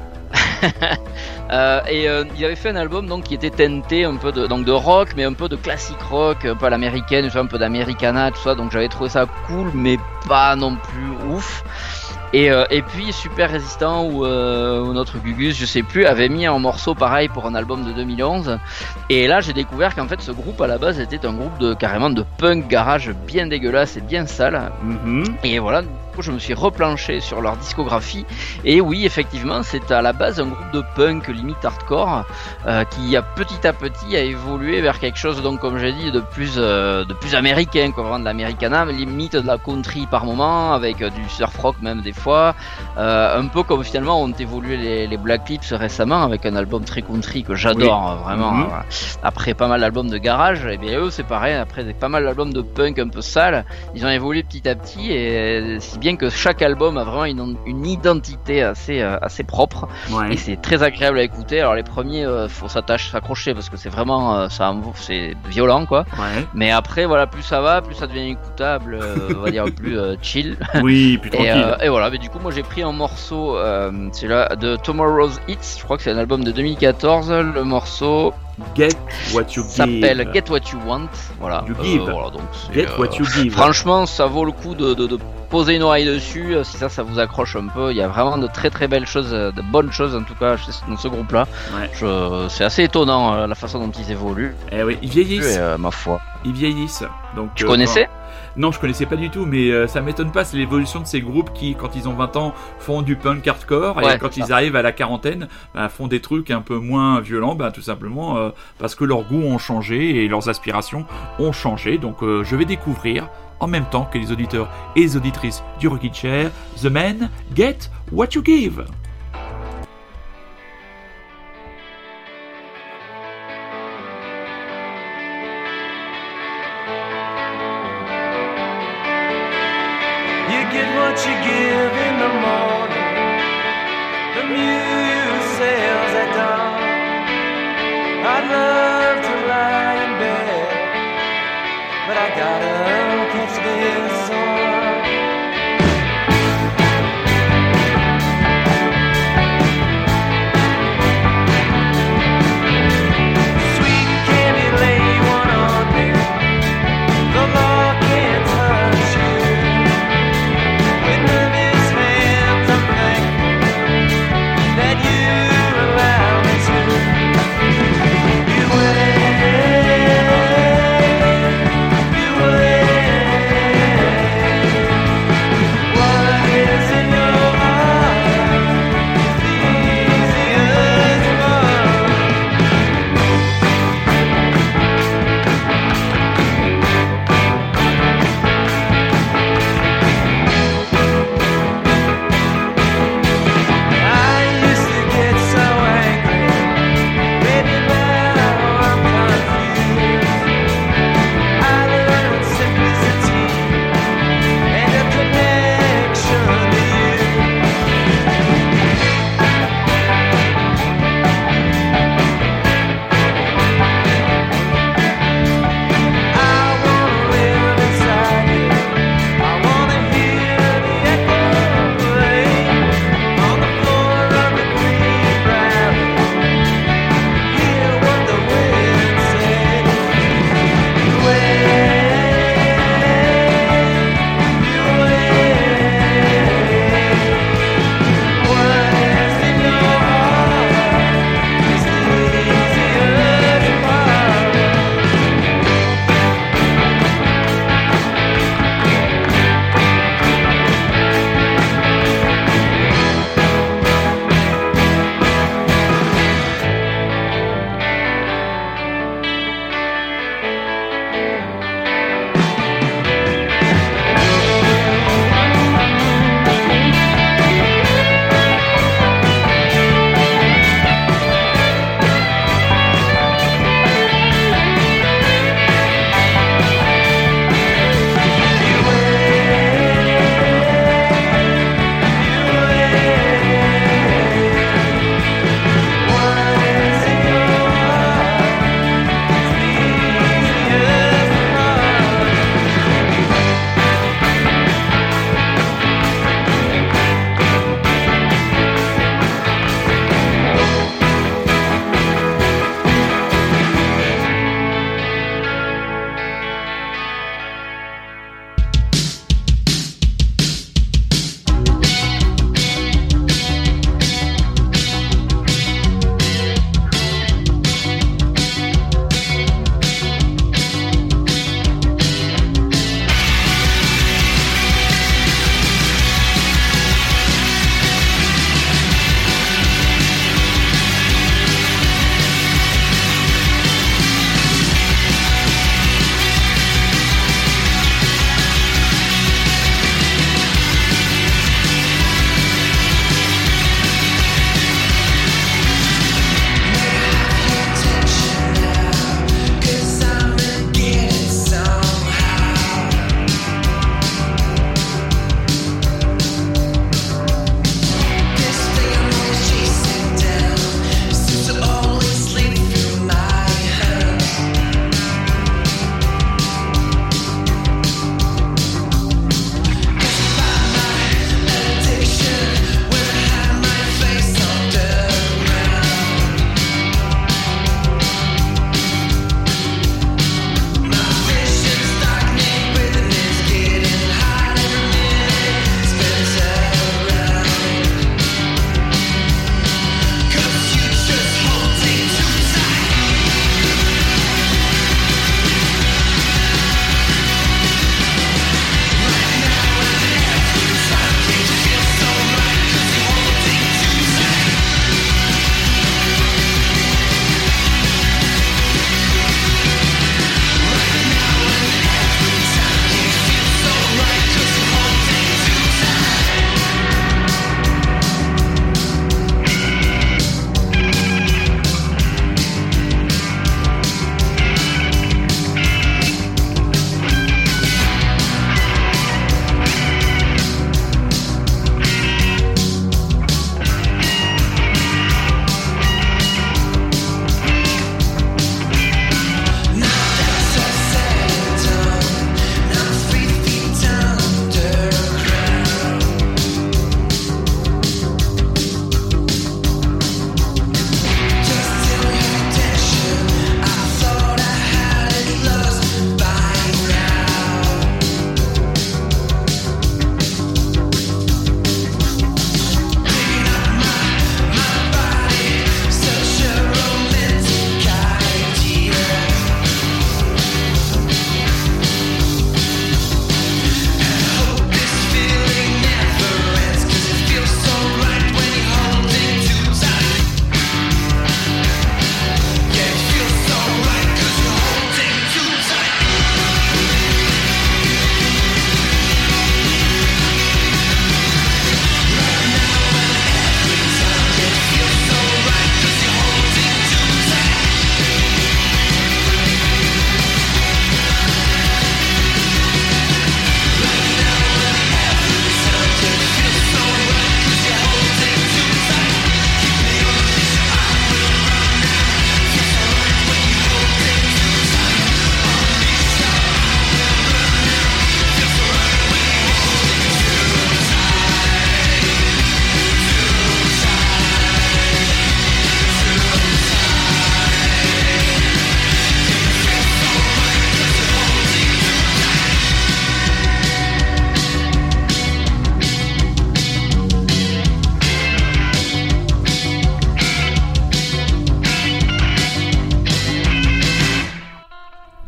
Euh, et euh, il avait fait un album donc qui était teinté un peu de donc de rock, mais un peu de classique rock, un peu à l'américaine, tu vois, un peu d'Americana, tout ça. Donc j'avais trouvé ça cool, mais pas non plus ouf. Et, euh, et puis Super Résistant ou, euh, ou notre Gugus, je sais plus, avait mis un morceau pareil pour un album de deux mille onze. Et là j'ai découvert qu'en fait ce groupe à la base était un groupe de carrément de punk garage bien dégueulasse et bien sale. Mhm. Et voilà, du coup, je me suis replanché sur leur discographie. Et oui, effectivement, c'est à la base un groupe de punk limite hardcore euh, qui a petit à petit a évolué vers quelque chose, donc comme j'ai dit, de plus euh, de plus américain, quoi, vraiment de l'Americana, limite de la country par moment, avec euh, du surf rock même des fois. Euh, un peu comme finalement ont évolué les, les Black Lips récemment avec un album très country que j'adore euh, vraiment. Mhm. euh, voilà. Après pas mal d'albums de garage, et bien eux c'est pareil. Après pas mal d'albums de punk un peu sale, ils ont évolué petit à petit, et si bien que chaque album a vraiment une, une identité assez euh, assez propre, Ouais. et c'est très agréable à écouter. Alors les premiers, euh, faut s'attacher, s'accrocher parce que c'est vraiment euh, ça, c'est violent quoi. Ouais. Mais après voilà, plus ça va, plus ça devient écoutable, euh, on va dire plus euh, chill. Oui, plus Et, tranquille. euh, et voilà, mais du coup moi j'ai pris un morceau, euh, c'est là de Tomorrow's Hits, je crois que c'est un album de deux mille quatorze. Le morceau Get what you give. s'appelle Get What You Want. Voilà. You give. voilà, donc c'est, Get euh, what you give. Franchement, ça vaut le coup de, de, de poser une oreille dessus. Si ça, ça vous accroche un peu, il y a vraiment de très très belles choses, de bonnes choses en tout cas dans ce groupe-là. Ouais. Je, c'est assez étonnant euh, la façon dont ils évoluent. Eh oui, ils Et, vieillissent. euh, ma foi. Ils vieillissent. Donc, Tu euh, connaissais? Non, je connaissais pas du tout, mais euh, ça m'étonne pas, c'est l'évolution de ces groupes qui, quand ils ont vingt ans, font du punk hardcore, Ouais, et quand c'est ils ça. arrivent à la quarantaine, bah, font des trucs un peu moins violents, bah, tout simplement euh, parce que leurs goûts ont changé et leurs aspirations ont changé. Donc euh, je vais découvrir, en même temps que les auditeurs et les auditrices du Rockin' Chair, The Men, Get What You Give. You get what you give in the morning. The muse sails at dawn. I'd love to lie in bed, but I gotta catch this on. Sweet candy, lay one on me. The law can't touch you. With nervous hands, I'm thankful that you allow me to. You wait, you wait.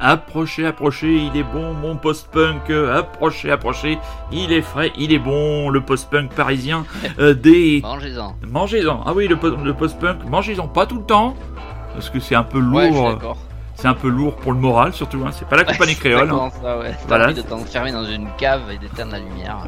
Approchez, approchez, il est bon, mon post-punk. Approchez, approchez, il est frais, il est bon, le post-punk parisien. Euh, des... Mangez-en. Mangez-en. Ah oui, le, po- le post-punk, mangez-en pas tout le temps, parce que c'est un peu lourd. Ouais, je suis d'accord. C'est un peu lourd pour le moral, surtout. Hein. C'est pas la compagnie C'est créole. exactement Hein. ça, ouais. T'as Voilà. envie de t'enfermer dans une cave et d'éteindre la lumière.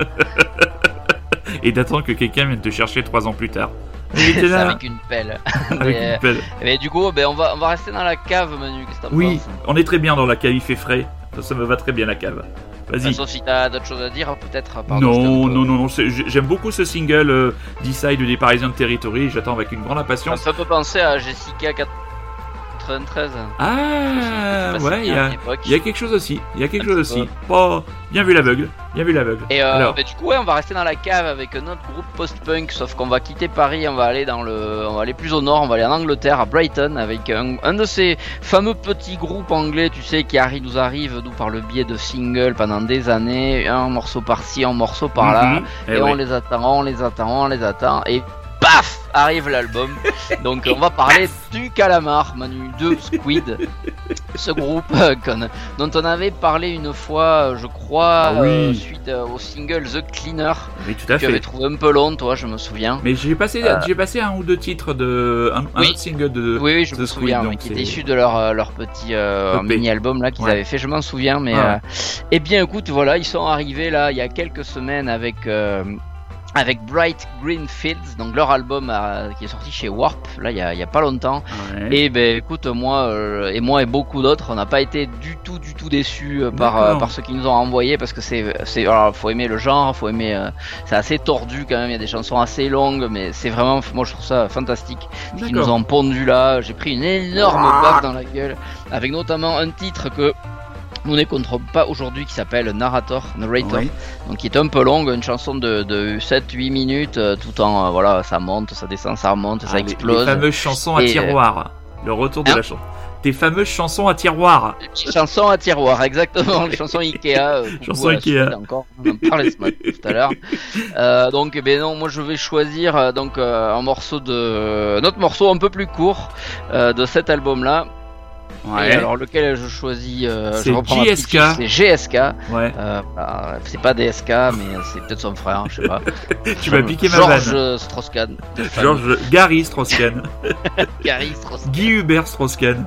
Et d'attendre que quelqu'un vienne te chercher trois ans plus tard. Il était C'est là, avec une pelle. avec mais, une pelle. mais du coup, ben, on, va, on va rester dans la cave, Manu. Qu'est-ce que t'en Oui, penses? on est très bien dans la cave, il fait frais. Ça, ça me va très bien la cave. Vas-y. Sauf si t'as d'autres choses à dire, peut-être. Pardon, je t'ai un Non, peu- non, non, non, c'est- j'ai- j'aime beaucoup ce single euh, Decide des Parisiens de Territory. J'attends avec une grande Ça me impatience. fait un peu penser à Jessica quatre-vingt-treize. Ah, Je sais pas si ouais, il y, à a- l'époque. il y a quelque chose aussi. Il y a quelque Un chose petit aussi. Oh, bien vu l'aveugle. Bien vu l'aveugle. Et euh, Alors, bah, du coup, ouais, on va rester dans la cave avec notre groupe post-punk, sauf qu'on va quitter Paris, on va aller dans le, on va aller plus au nord, on va aller en Angleterre, à Brighton, avec un, un de ces fameux petits groupes anglais, tu sais, qui arrive, nous arrive, nous par le biais de singles pendant des années, un morceau par-ci, un morceau par-là, mhm, eh et ouais. on les attend, on les attend, on les attend, et paf, arrive l'album. Donc on va parler du Calamar, Manu, de Squid, ce groupe euh, qu'on- dont on avait parlé une fois, euh, je crois, Ah oui. euh, suite euh, au single The Cleaner, Oui, tout à que tu avais fait. trouvé un peu long, toi, je me souviens. Mais j'ai passé, Euh, j'ai passé un ou deux titres de, un, un Oui. autre single de. Oui, oui, je The me Squid, souviens, donc mais qui était c'est- issu de leur, euh, leur petit euh, E P. mini-album là qu'ils Ouais. avaient fait, je m'en souviens, mais Ah. euh, eh bien écoute, voilà, ils sont arrivés là il y a quelques semaines avec euh, avec Bright Green Fields, donc leur album euh, qui est sorti chez Warp, là il y a, il y a pas longtemps. Ouais. Et ben écoute, moi euh, et moi et beaucoup d'autres, on n'a pas été du tout du tout déçus euh, par euh, D'accord. par ceux qui nous ont envoyé, parce que c'est c'est alors faut aimer le genre, faut aimer euh, c'est assez tordu quand même, il y a des chansons assez longues, mais c'est vraiment, moi je trouve ça fantastique. Ce qu'ils nous D'accord. ont pondu là, j'ai pris une énorme baffe dans la gueule, avec notamment un titre que nous n'écouterons pas aujourd'hui qui s'appelle Narrator, Narrator, Ouais. donc qui est un peu longue, une chanson de, de sept huit minutes, euh, tout en euh, voilà, ça monte, ça descend, ça remonte, ça Ah, les- explose. Les fameuses chansons à Et, tiroir. Le retour de Hein la chanson. Tes fameuses chansons à tiroir. Les chansons à tiroir, exactement, les chansons Ikea. euh, coucou Chansons à la Ikea. suite encore, on en parlait ce matin, tout à l'heure. Euh, donc, eh ben non, moi je vais choisir euh, donc euh, un morceau de, notre morceau un peu plus court euh, de cet album-là. Et alors lequel je choisis euh, C'est je reprends ma J petite S K. fiche, c'est G S K. Ouais. Euh, bah, c'est pas D S K, mais c'est peut-être son frère, je sais pas. Tu m'as piqué ma Georges vanne. Strauss-Kahn. Georges Gary Strauss-Kahn. Gary Strauss-Kahn. Guy Hubert Strauss-Kahn.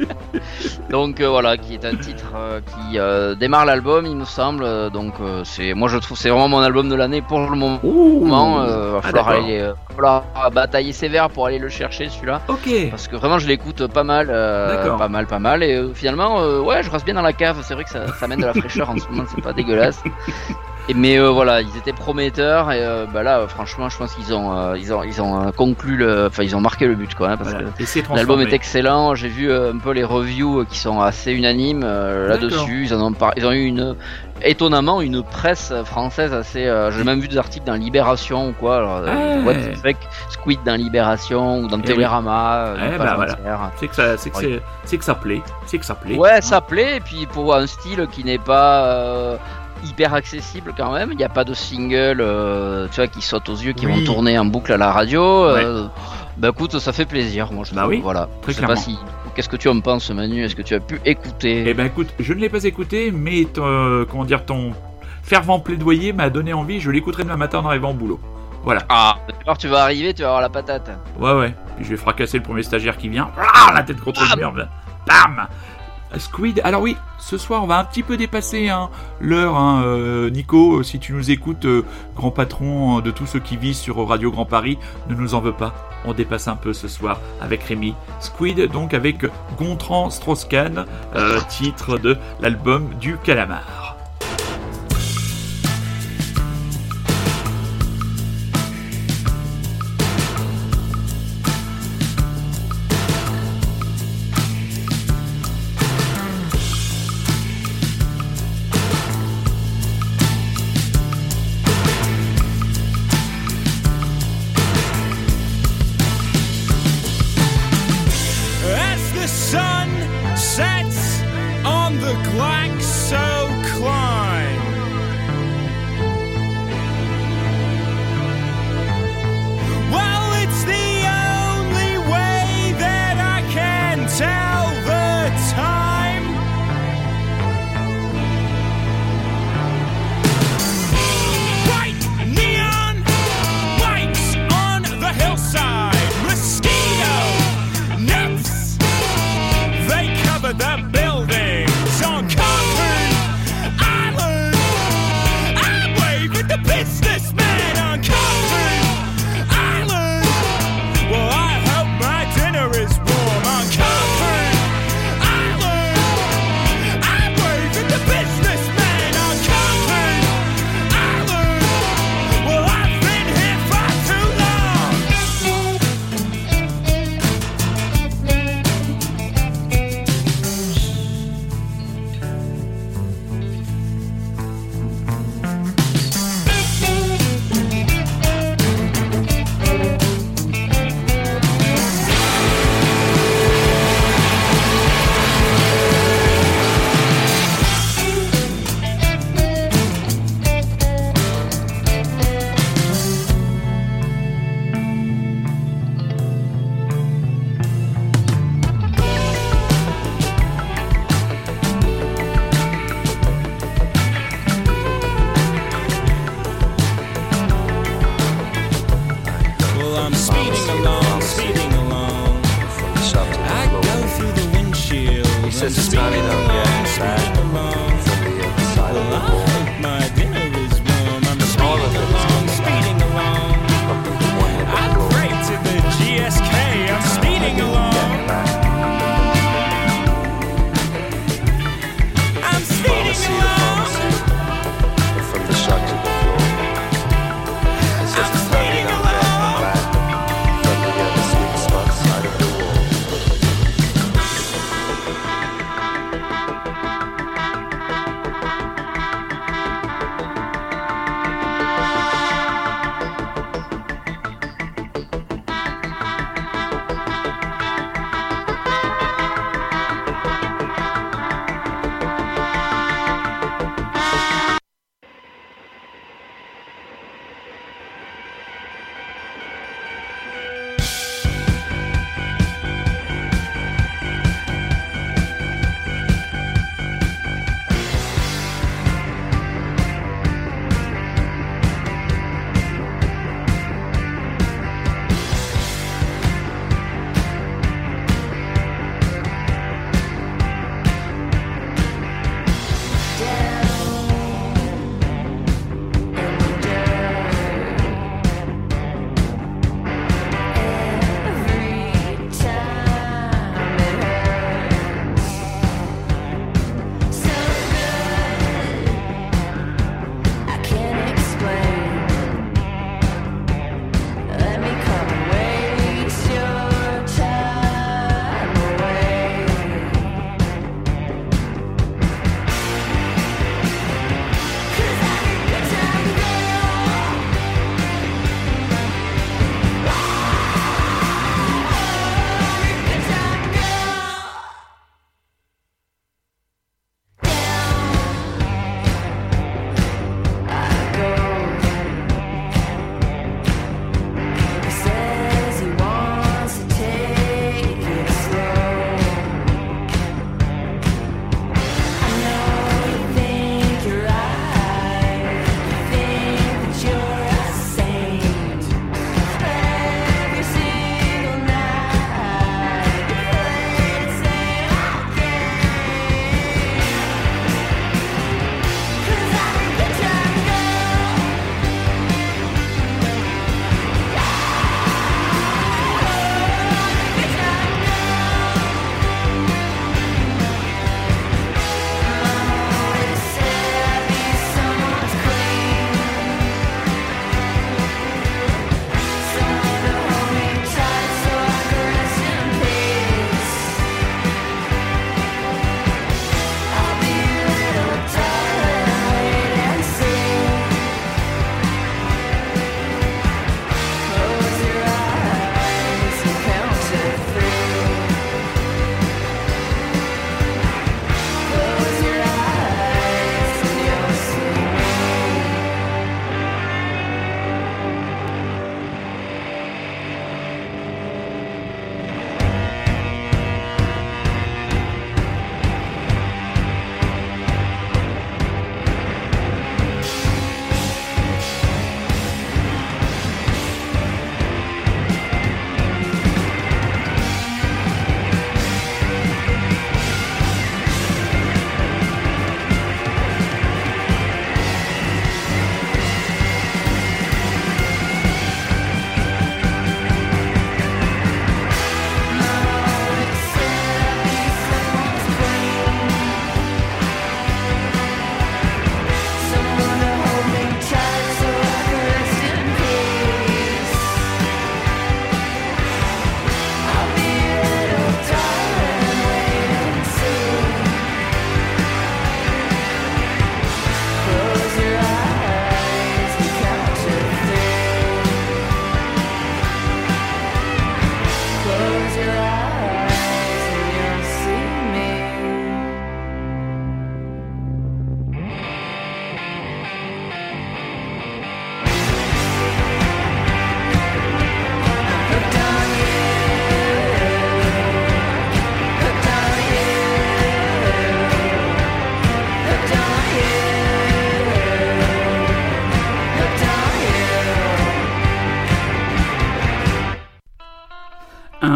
Donc euh, voilà, qui est un titre euh, qui euh, démarre l'album, il me semble. euh, Donc euh, c'est, moi je trouve, c'est vraiment mon album de l'année pour le moment. Ouh. Euh, va Ah, falloir d'accord. aller, euh, va falloir batailler sévère pour aller le chercher celui-là. Ok. Parce que vraiment je l'écoute pas mal, euh, D'accord. pas mal, pas mal. Et euh, finalement, euh, ouais, je reste bien dans la cave. C'est vrai que ça, ça amène de la fraîcheur en ce moment, c'est pas dégueulasse. Et, mais euh, voilà, ils étaient prometteurs et euh, bah là, euh, franchement, je pense qu'ils ont, euh, ils ont, ils ont euh, conclu le, enfin ils ont marqué le but quoi, hein, parce Voilà. que Et c'est l'album transformé. est excellent. J'ai vu euh, un peu les reviews euh, qui sont assez unanimes euh, D'accord. là-dessus. Ils en ont par... ils ont eu une étonnamment une presse française assez. Euh, J'ai même vu des articles dans Libération ou quoi. Alors, euh, Ouais. what the fuck, Squid dans Libération ou dans Eh Télérama. euh, Eh une bah page voilà. entière. C'est que ça, c'est que Oui. c'est, c'est que ça plaît. C'est que ça plaît. Ouais, ça plaît. Et puis pour un style qui n'est pas euh, hyper accessible quand même. Il n'y a pas de single, euh, tu vois, qui sautent aux yeux, qui Oui. vont tourner en boucle à la radio. Euh, bah écoute, ça fait plaisir. Moi, je Bah trouve, oui, voilà. très je sais pas clairement. si. Qu'est-ce que tu en penses, Manu? Est-ce que tu as pu écouter? Eh ben écoute, je ne l'ai pas écouté, mais ton, euh, comment dire, ton fervent plaidoyer m'a donné envie. Je l'écouterai demain matin en arrivant au boulot. Voilà. Ah, alors tu vas arriver, tu vas avoir la patate. Ouais, ouais. Puis je vais fracasser le premier stagiaire qui vient. Ah, la tête contre le mur. Bam. Squid. Alors oui, ce soir on va un petit peu dépasser hein, l'heure, hein, euh, Nico. Si tu nous écoutes, euh, grand patron euh, de tous ceux qui vivent sur Radio Grand Paris, ne nous en veux pas. On dépasse un peu ce soir avec Rémi. Squid, donc avec Gontran Strauss-Kahn, euh, titre de l'album du Calamar. As the sun sets on the Glaxo climb. says it's time you don't get back from the other side of the wall. My dinner is warm. I'm All of it is I'm speeding along. probably the one that I'm will right to the G S K. I'm speeding along. get back. I'm speeding Pharmacy to along. pharmacy, and from the shop to the floor. It says I'm it's time you speeding don't get along. back from the other sweet spot side of the wall.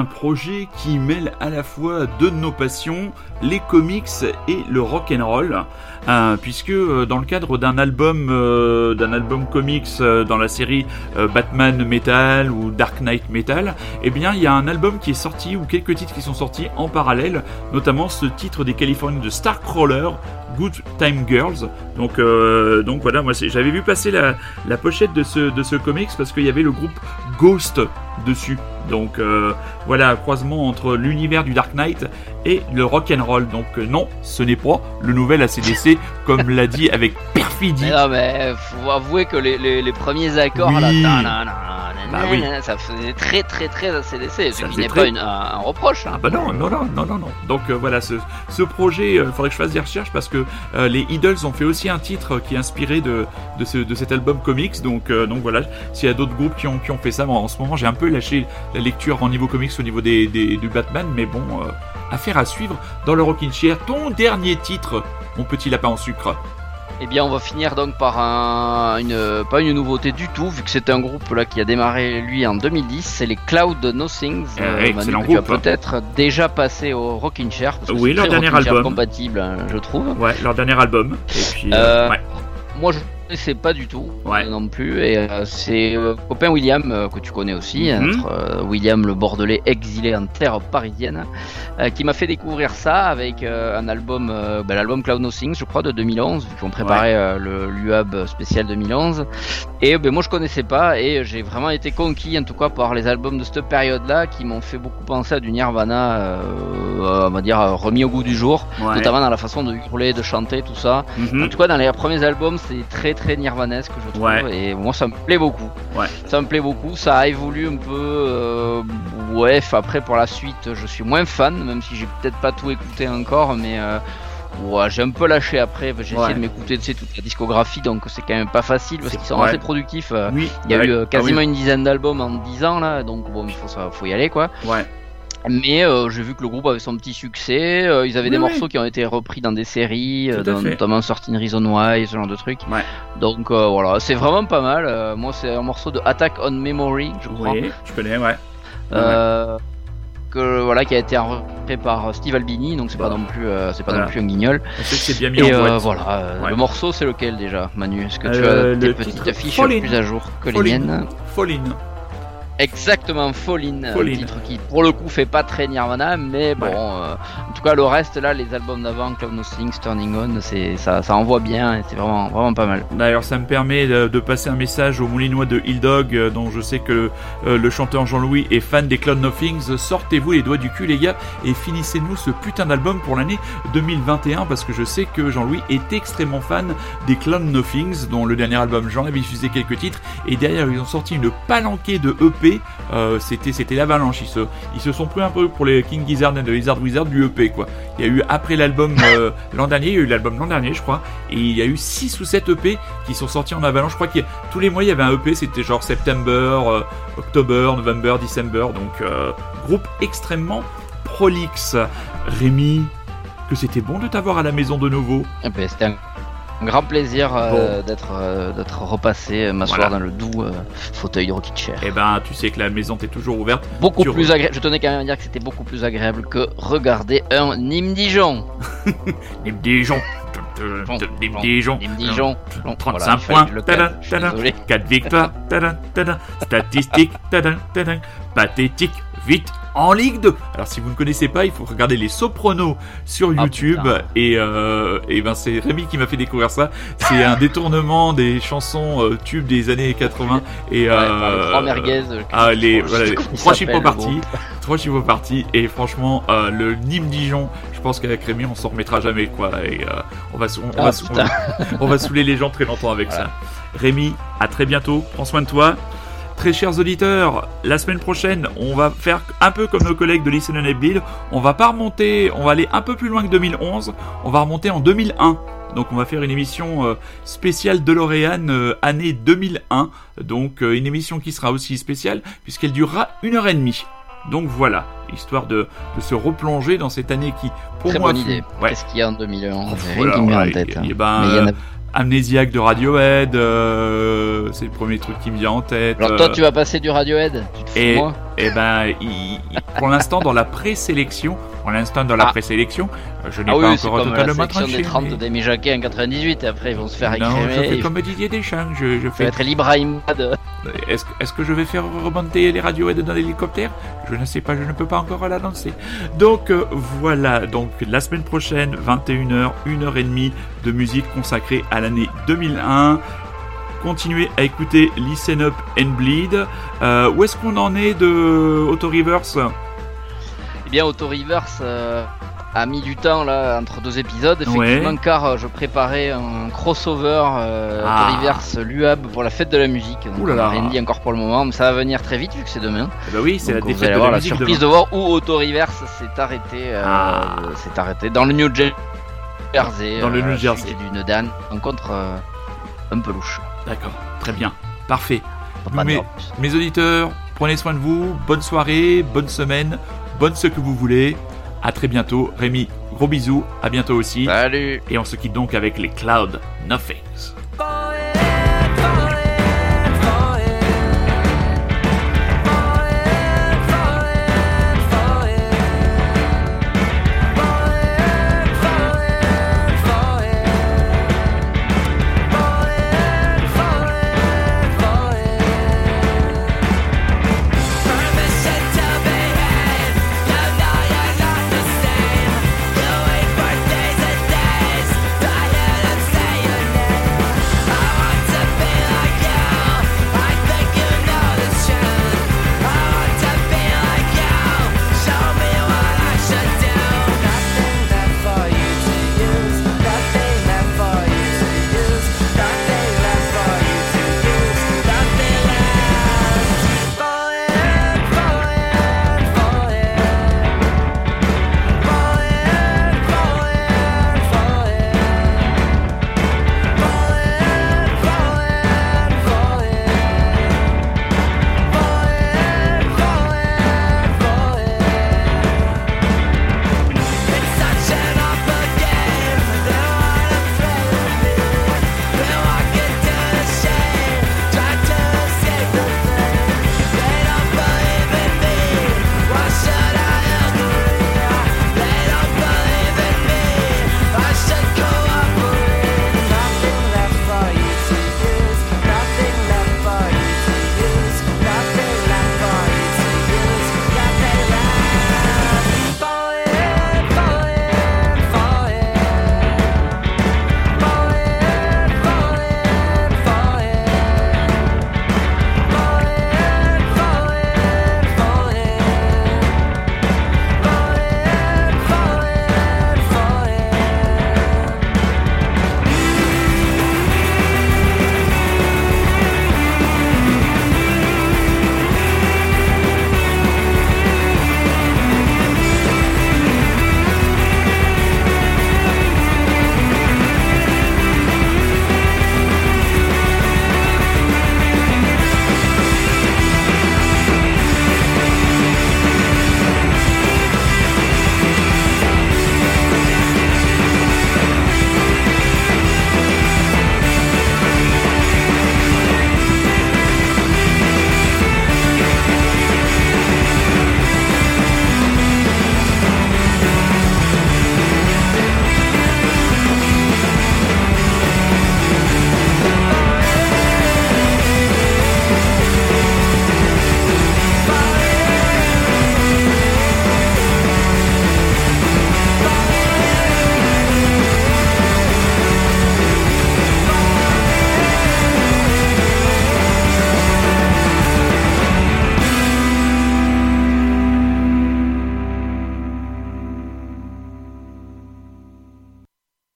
un projet qui mêle à la fois deux de nos passions, les comics et le rock'n'roll, euh, puisque euh, dans le cadre d'un album, euh, d'un album comics euh, dans la série euh, Batman Metal ou Dark Knight Metal, eh bien il y a un album qui est sorti ou quelques titres qui sont sortis en parallèle, notamment ce titre des Californiens de Starcrawler, Good Time Girls. Donc, euh, donc voilà, moi c'est, j'avais vu passer la, la pochette de ce, de ce comics parce qu'il y avait le groupe Ghost dessus. Donc euh, voilà, croisement entre l'univers du Dark Knight et le rock'n'roll. Donc euh, non, ce n'est pas le nouvel A C D C, comme l'a dit avec perfidie. Mais non, mais faut avouer que les, les, les premiers accords Oui. là, nanana, Bah oui. ça faisait très très très A C D C, ce Ça qui faisait n'est très- pas une, un, un reproche. Hein. Ah bah non, non, non, non, non, non. Donc euh, voilà, ce, ce projet, il euh, faudrait que je fasse des recherches parce que euh, les Idols ont fait aussi un titre qui est inspiré de, de, ce, de cet album comics. Donc, euh, donc voilà, s'il y a d'autres groupes qui ont, qui ont fait ça, bon, en ce moment j'ai un peu lâché la lecture en niveau comics au niveau des, des, du Batman, mais bon, euh, affaire à suivre dans le Rockin' Chair. Ton dernier titre, mon petit lapin en sucre. Eh bien, on va finir donc par un, une, pas une nouveauté du tout, vu que c'est un groupe là qui a démarré lui en deux mille dix. C'est les Cloud Nothings. Euh, Manu, excellent que tu as groupe. peut-être déjà passé au Rockin' Chair. Parce que Oui, c'est leur très dernier Rockin' Chair album. compatible, hein, je trouve. Ouais, leur dernier album. Et puis, euh, Euh, ouais. Moi, je ne connaissais pas du tout Ouais. euh, non plus. Et euh, c'est euh, copain William, euh, que tu connais aussi, Mhm. notre euh, William le Bordelais exilé en terre parisienne, euh, qui m'a fait découvrir ça avec euh, un album, euh, bah, l'album Cloud Nothings, je crois, de deux mille onze, vu qu'on préparait euh, le l'U A B spécial deux mille onze. Et ben moi, je connaissais pas, et j'ai vraiment été conquis, en tout cas, par les albums de cette période-là, qui m'ont fait beaucoup penser à du Nirvana, euh, euh, on va dire, euh, remis au goût du jour, Ouais. notamment dans la façon de hurler, de chanter, tout ça. Mhm. En tout cas, dans les premiers albums, c'est très très nirvanesque, je trouve, Ouais. et moi ça me plaît beaucoup. Ouais. Ça me plaît beaucoup. Ça a évolué un peu. Euh, ouais, après pour la suite, je suis moins fan, même si j'ai peut-être pas tout écouté encore, mais euh, ouais, j'ai un peu lâché après. J'ai Ouais. essayé de m'écouter, tu sais, toute la discographie, donc c'est quand même pas facile parce C'est- qu'ils sont ouais. assez productifs. euh, Oui, Il y a ouais. eu euh, Ah quasiment oui. une dizaine d'albums en dix ans là, donc bon, il faut ça, faut y aller quoi. Ouais. Mais euh, j'ai vu que le groupe avait son petit succès. euh, ils avaient Oui, des oui. morceaux qui ont été repris dans des séries, euh, Tout à dans- fait. notamment Certain Reason Why, ce genre de trucs. Ouais. Donc euh, voilà, c'est vraiment pas mal. Euh, moi, c'est un morceau de Attack on Memory, je crois, Oui, je connais, ouais. euh, que voilà, qui a été enregistré par Steve Albini. Donc c'est pas Bah. non plus, euh, c'est pas Voilà. non plus un guignol. On sait que c'est bien mis Et en euh, boîte. voilà, euh, Ouais. le morceau, c'est lequel déjà, Manu? Est-ce que tu Euh, as tes le petites titre, affiches Fall In. plus à jour que les Fall In. miennes? Fall In. Exactement, Fall In, Fall un In. titre qui pour le coup fait pas très Nirvana, mais bon, Ouais. euh, en tout cas le reste là, les albums d'avant, Cloud Nothings, Turning On, c'est ça, ça envoie bien et c'est vraiment vraiment pas mal. D'ailleurs, ça me permet de, de passer un message aux Moulinois de Hill Dog, euh, dont je sais que euh, le chanteur Jean-Louis est fan des Cloud Nothings. Sortez-vous les doigts du cul, les gars, et finissez-nous ce putain d'album pour l'année deux mille vingt et un, parce que je sais que Jean-Louis est extrêmement fan des Cloud Nothings, dont le dernier album, j'en avais diffusé quelques titres, et derrière, ils ont sorti une palanquée de E P. Euh, c'était c'était l'avalanche. Ils se, ils se sont pris un peu pour les King Gizzard and the Lizard Wizard du E P, quoi. Il y a eu, après l'album euh, l'an dernier, il y a eu l'album l'an dernier, je crois, et il y a eu six ou sept E P qui sont sortis en avalanche. Je crois qu'il y a, tous les mois, il y avait un E P, c'était genre September, euh, October, November, December, donc euh, groupe extrêmement prolixe. Rémi, que c'était bon de t'avoir à la maison de nouveau. Et ben, c'était un un grand plaisir euh, d'être euh, d'être repassé, euh, m'asseoir Voilà. dans le doux euh, fauteuil de Rockin' Chair. Eh ben, tu sais que la maison t'est toujours ouverte. Beaucoup tu plus re- agréable. Je tenais quand même à dire que c'était beaucoup plus agréable que regarder un Nîmes Dijon. Nîmes Dijon. Nîmes Dijon. Nîmes Dijon. Bon, trente-cinq voilà, il fallait points, que je le tadam, cale, je suis tadam, désolé. quatre victoires, tadam, tadam, statistiques, tadam, tadam, pathétique, vite, en Ligue deux. Alors si vous ne connaissez pas, il faut regarder les Sopranos sur Ah, YouTube, putain. et, euh, et ben c'est Rémi qui m'a fait découvrir ça. C'est un détournement des chansons euh, tubes des années quatre-vingts, et Ouais, euh, enfin, les trois merguez. euh, ah, les, je sais voilà, les comment il trois s'appelle, chipots le partis, groupe. trois chipots partis, et franchement, euh, le Nîmes Dijon, je pense qu'avec Rémi, on s'en remettra jamais, quoi, et euh, on va, sou- on, Ah, va, sou- putain. on va saouler les gens très longtemps avec Voilà. ça. Rémi, à très bientôt, prends soin de toi. Très chers auditeurs, la semaine prochaine, on va faire un peu comme nos collègues de Listen and Bleed. On va pas remonter, on va aller un peu plus loin que deux mille onze, on va remonter en deux mille un. Donc on va faire une émission euh, spéciale DeLorean euh, année deux mille un. Donc euh, une émission qui sera aussi spéciale puisqu'elle durera une heure et demie. Donc voilà, histoire de, de se replonger dans cette année qui, pour Très moi, bonne fut- idée. ouais. Qu'est-ce qu'il y a en deux mille un? Oh, J'ai voilà, rien qui me vient ouais, en tête. et- hein. et ben, Mais il y en a- Amnésiaque de Radiohead, euh, c'est le premier truc qui me vient en tête. Alors toi, euh, tu vas passer du Radiohead. Tu te fous de et moi? Eh ben, il- il- pour l'instant, dans la présélection, pour l'instant, dans la Ah. présélection, je n'ai Ah pas oui, c'est encore comme la totalement sélection tranché. des trente mais- d'Amy Jacquet en quatre-vingt-dix-huit, et après ils vont se faire Non, écrémer. je fais il comme Didier Deschamps, je, je faut fais... être l'Ibrahim de... Est-ce, est-ce que je vais faire remonter les Radiohead dans l'hélicoptère ? Je ne sais pas, je ne peux pas encore l'annoncer. Donc euh, voilà, donc la semaine prochaine, vingt et une heures, une heure trente de musique consacrée à l'année deux mille un. Continuez à écouter Listen Up and Bleed. Euh, où est-ce qu'on en est de Auto Reverse ? Eh bien, Auto Reverse euh, a mis du temps là entre deux épisodes, effectivement, Ouais. car euh, je préparais un crossover euh, Ah. Auto Reverse L U A B pour la fête de la musique. Donc, Ouh là on n'a là. rien dit encore pour le moment, mais ça va venir très vite vu que c'est demain. Eh ben oui, c'est la Donc, vous défaite allez de avoir la la musique surprise demain. de voir où Auto Reverse s'est arrêté. Euh, Ah. s'est arrêté dans le New Jersey. Dans le euh, New Jersey. suite d'une Dan rencontre euh, un peu louche. D'accord, très bien, parfait. Pas de Mes, drop. mes auditeurs, prenez soin de vous, bonne soirée, bonne semaine, bonne ce que vous voulez. À très bientôt. Rémi, gros bisous, à bientôt aussi. Salut. Et on se quitte donc avec les Cloud Nothings.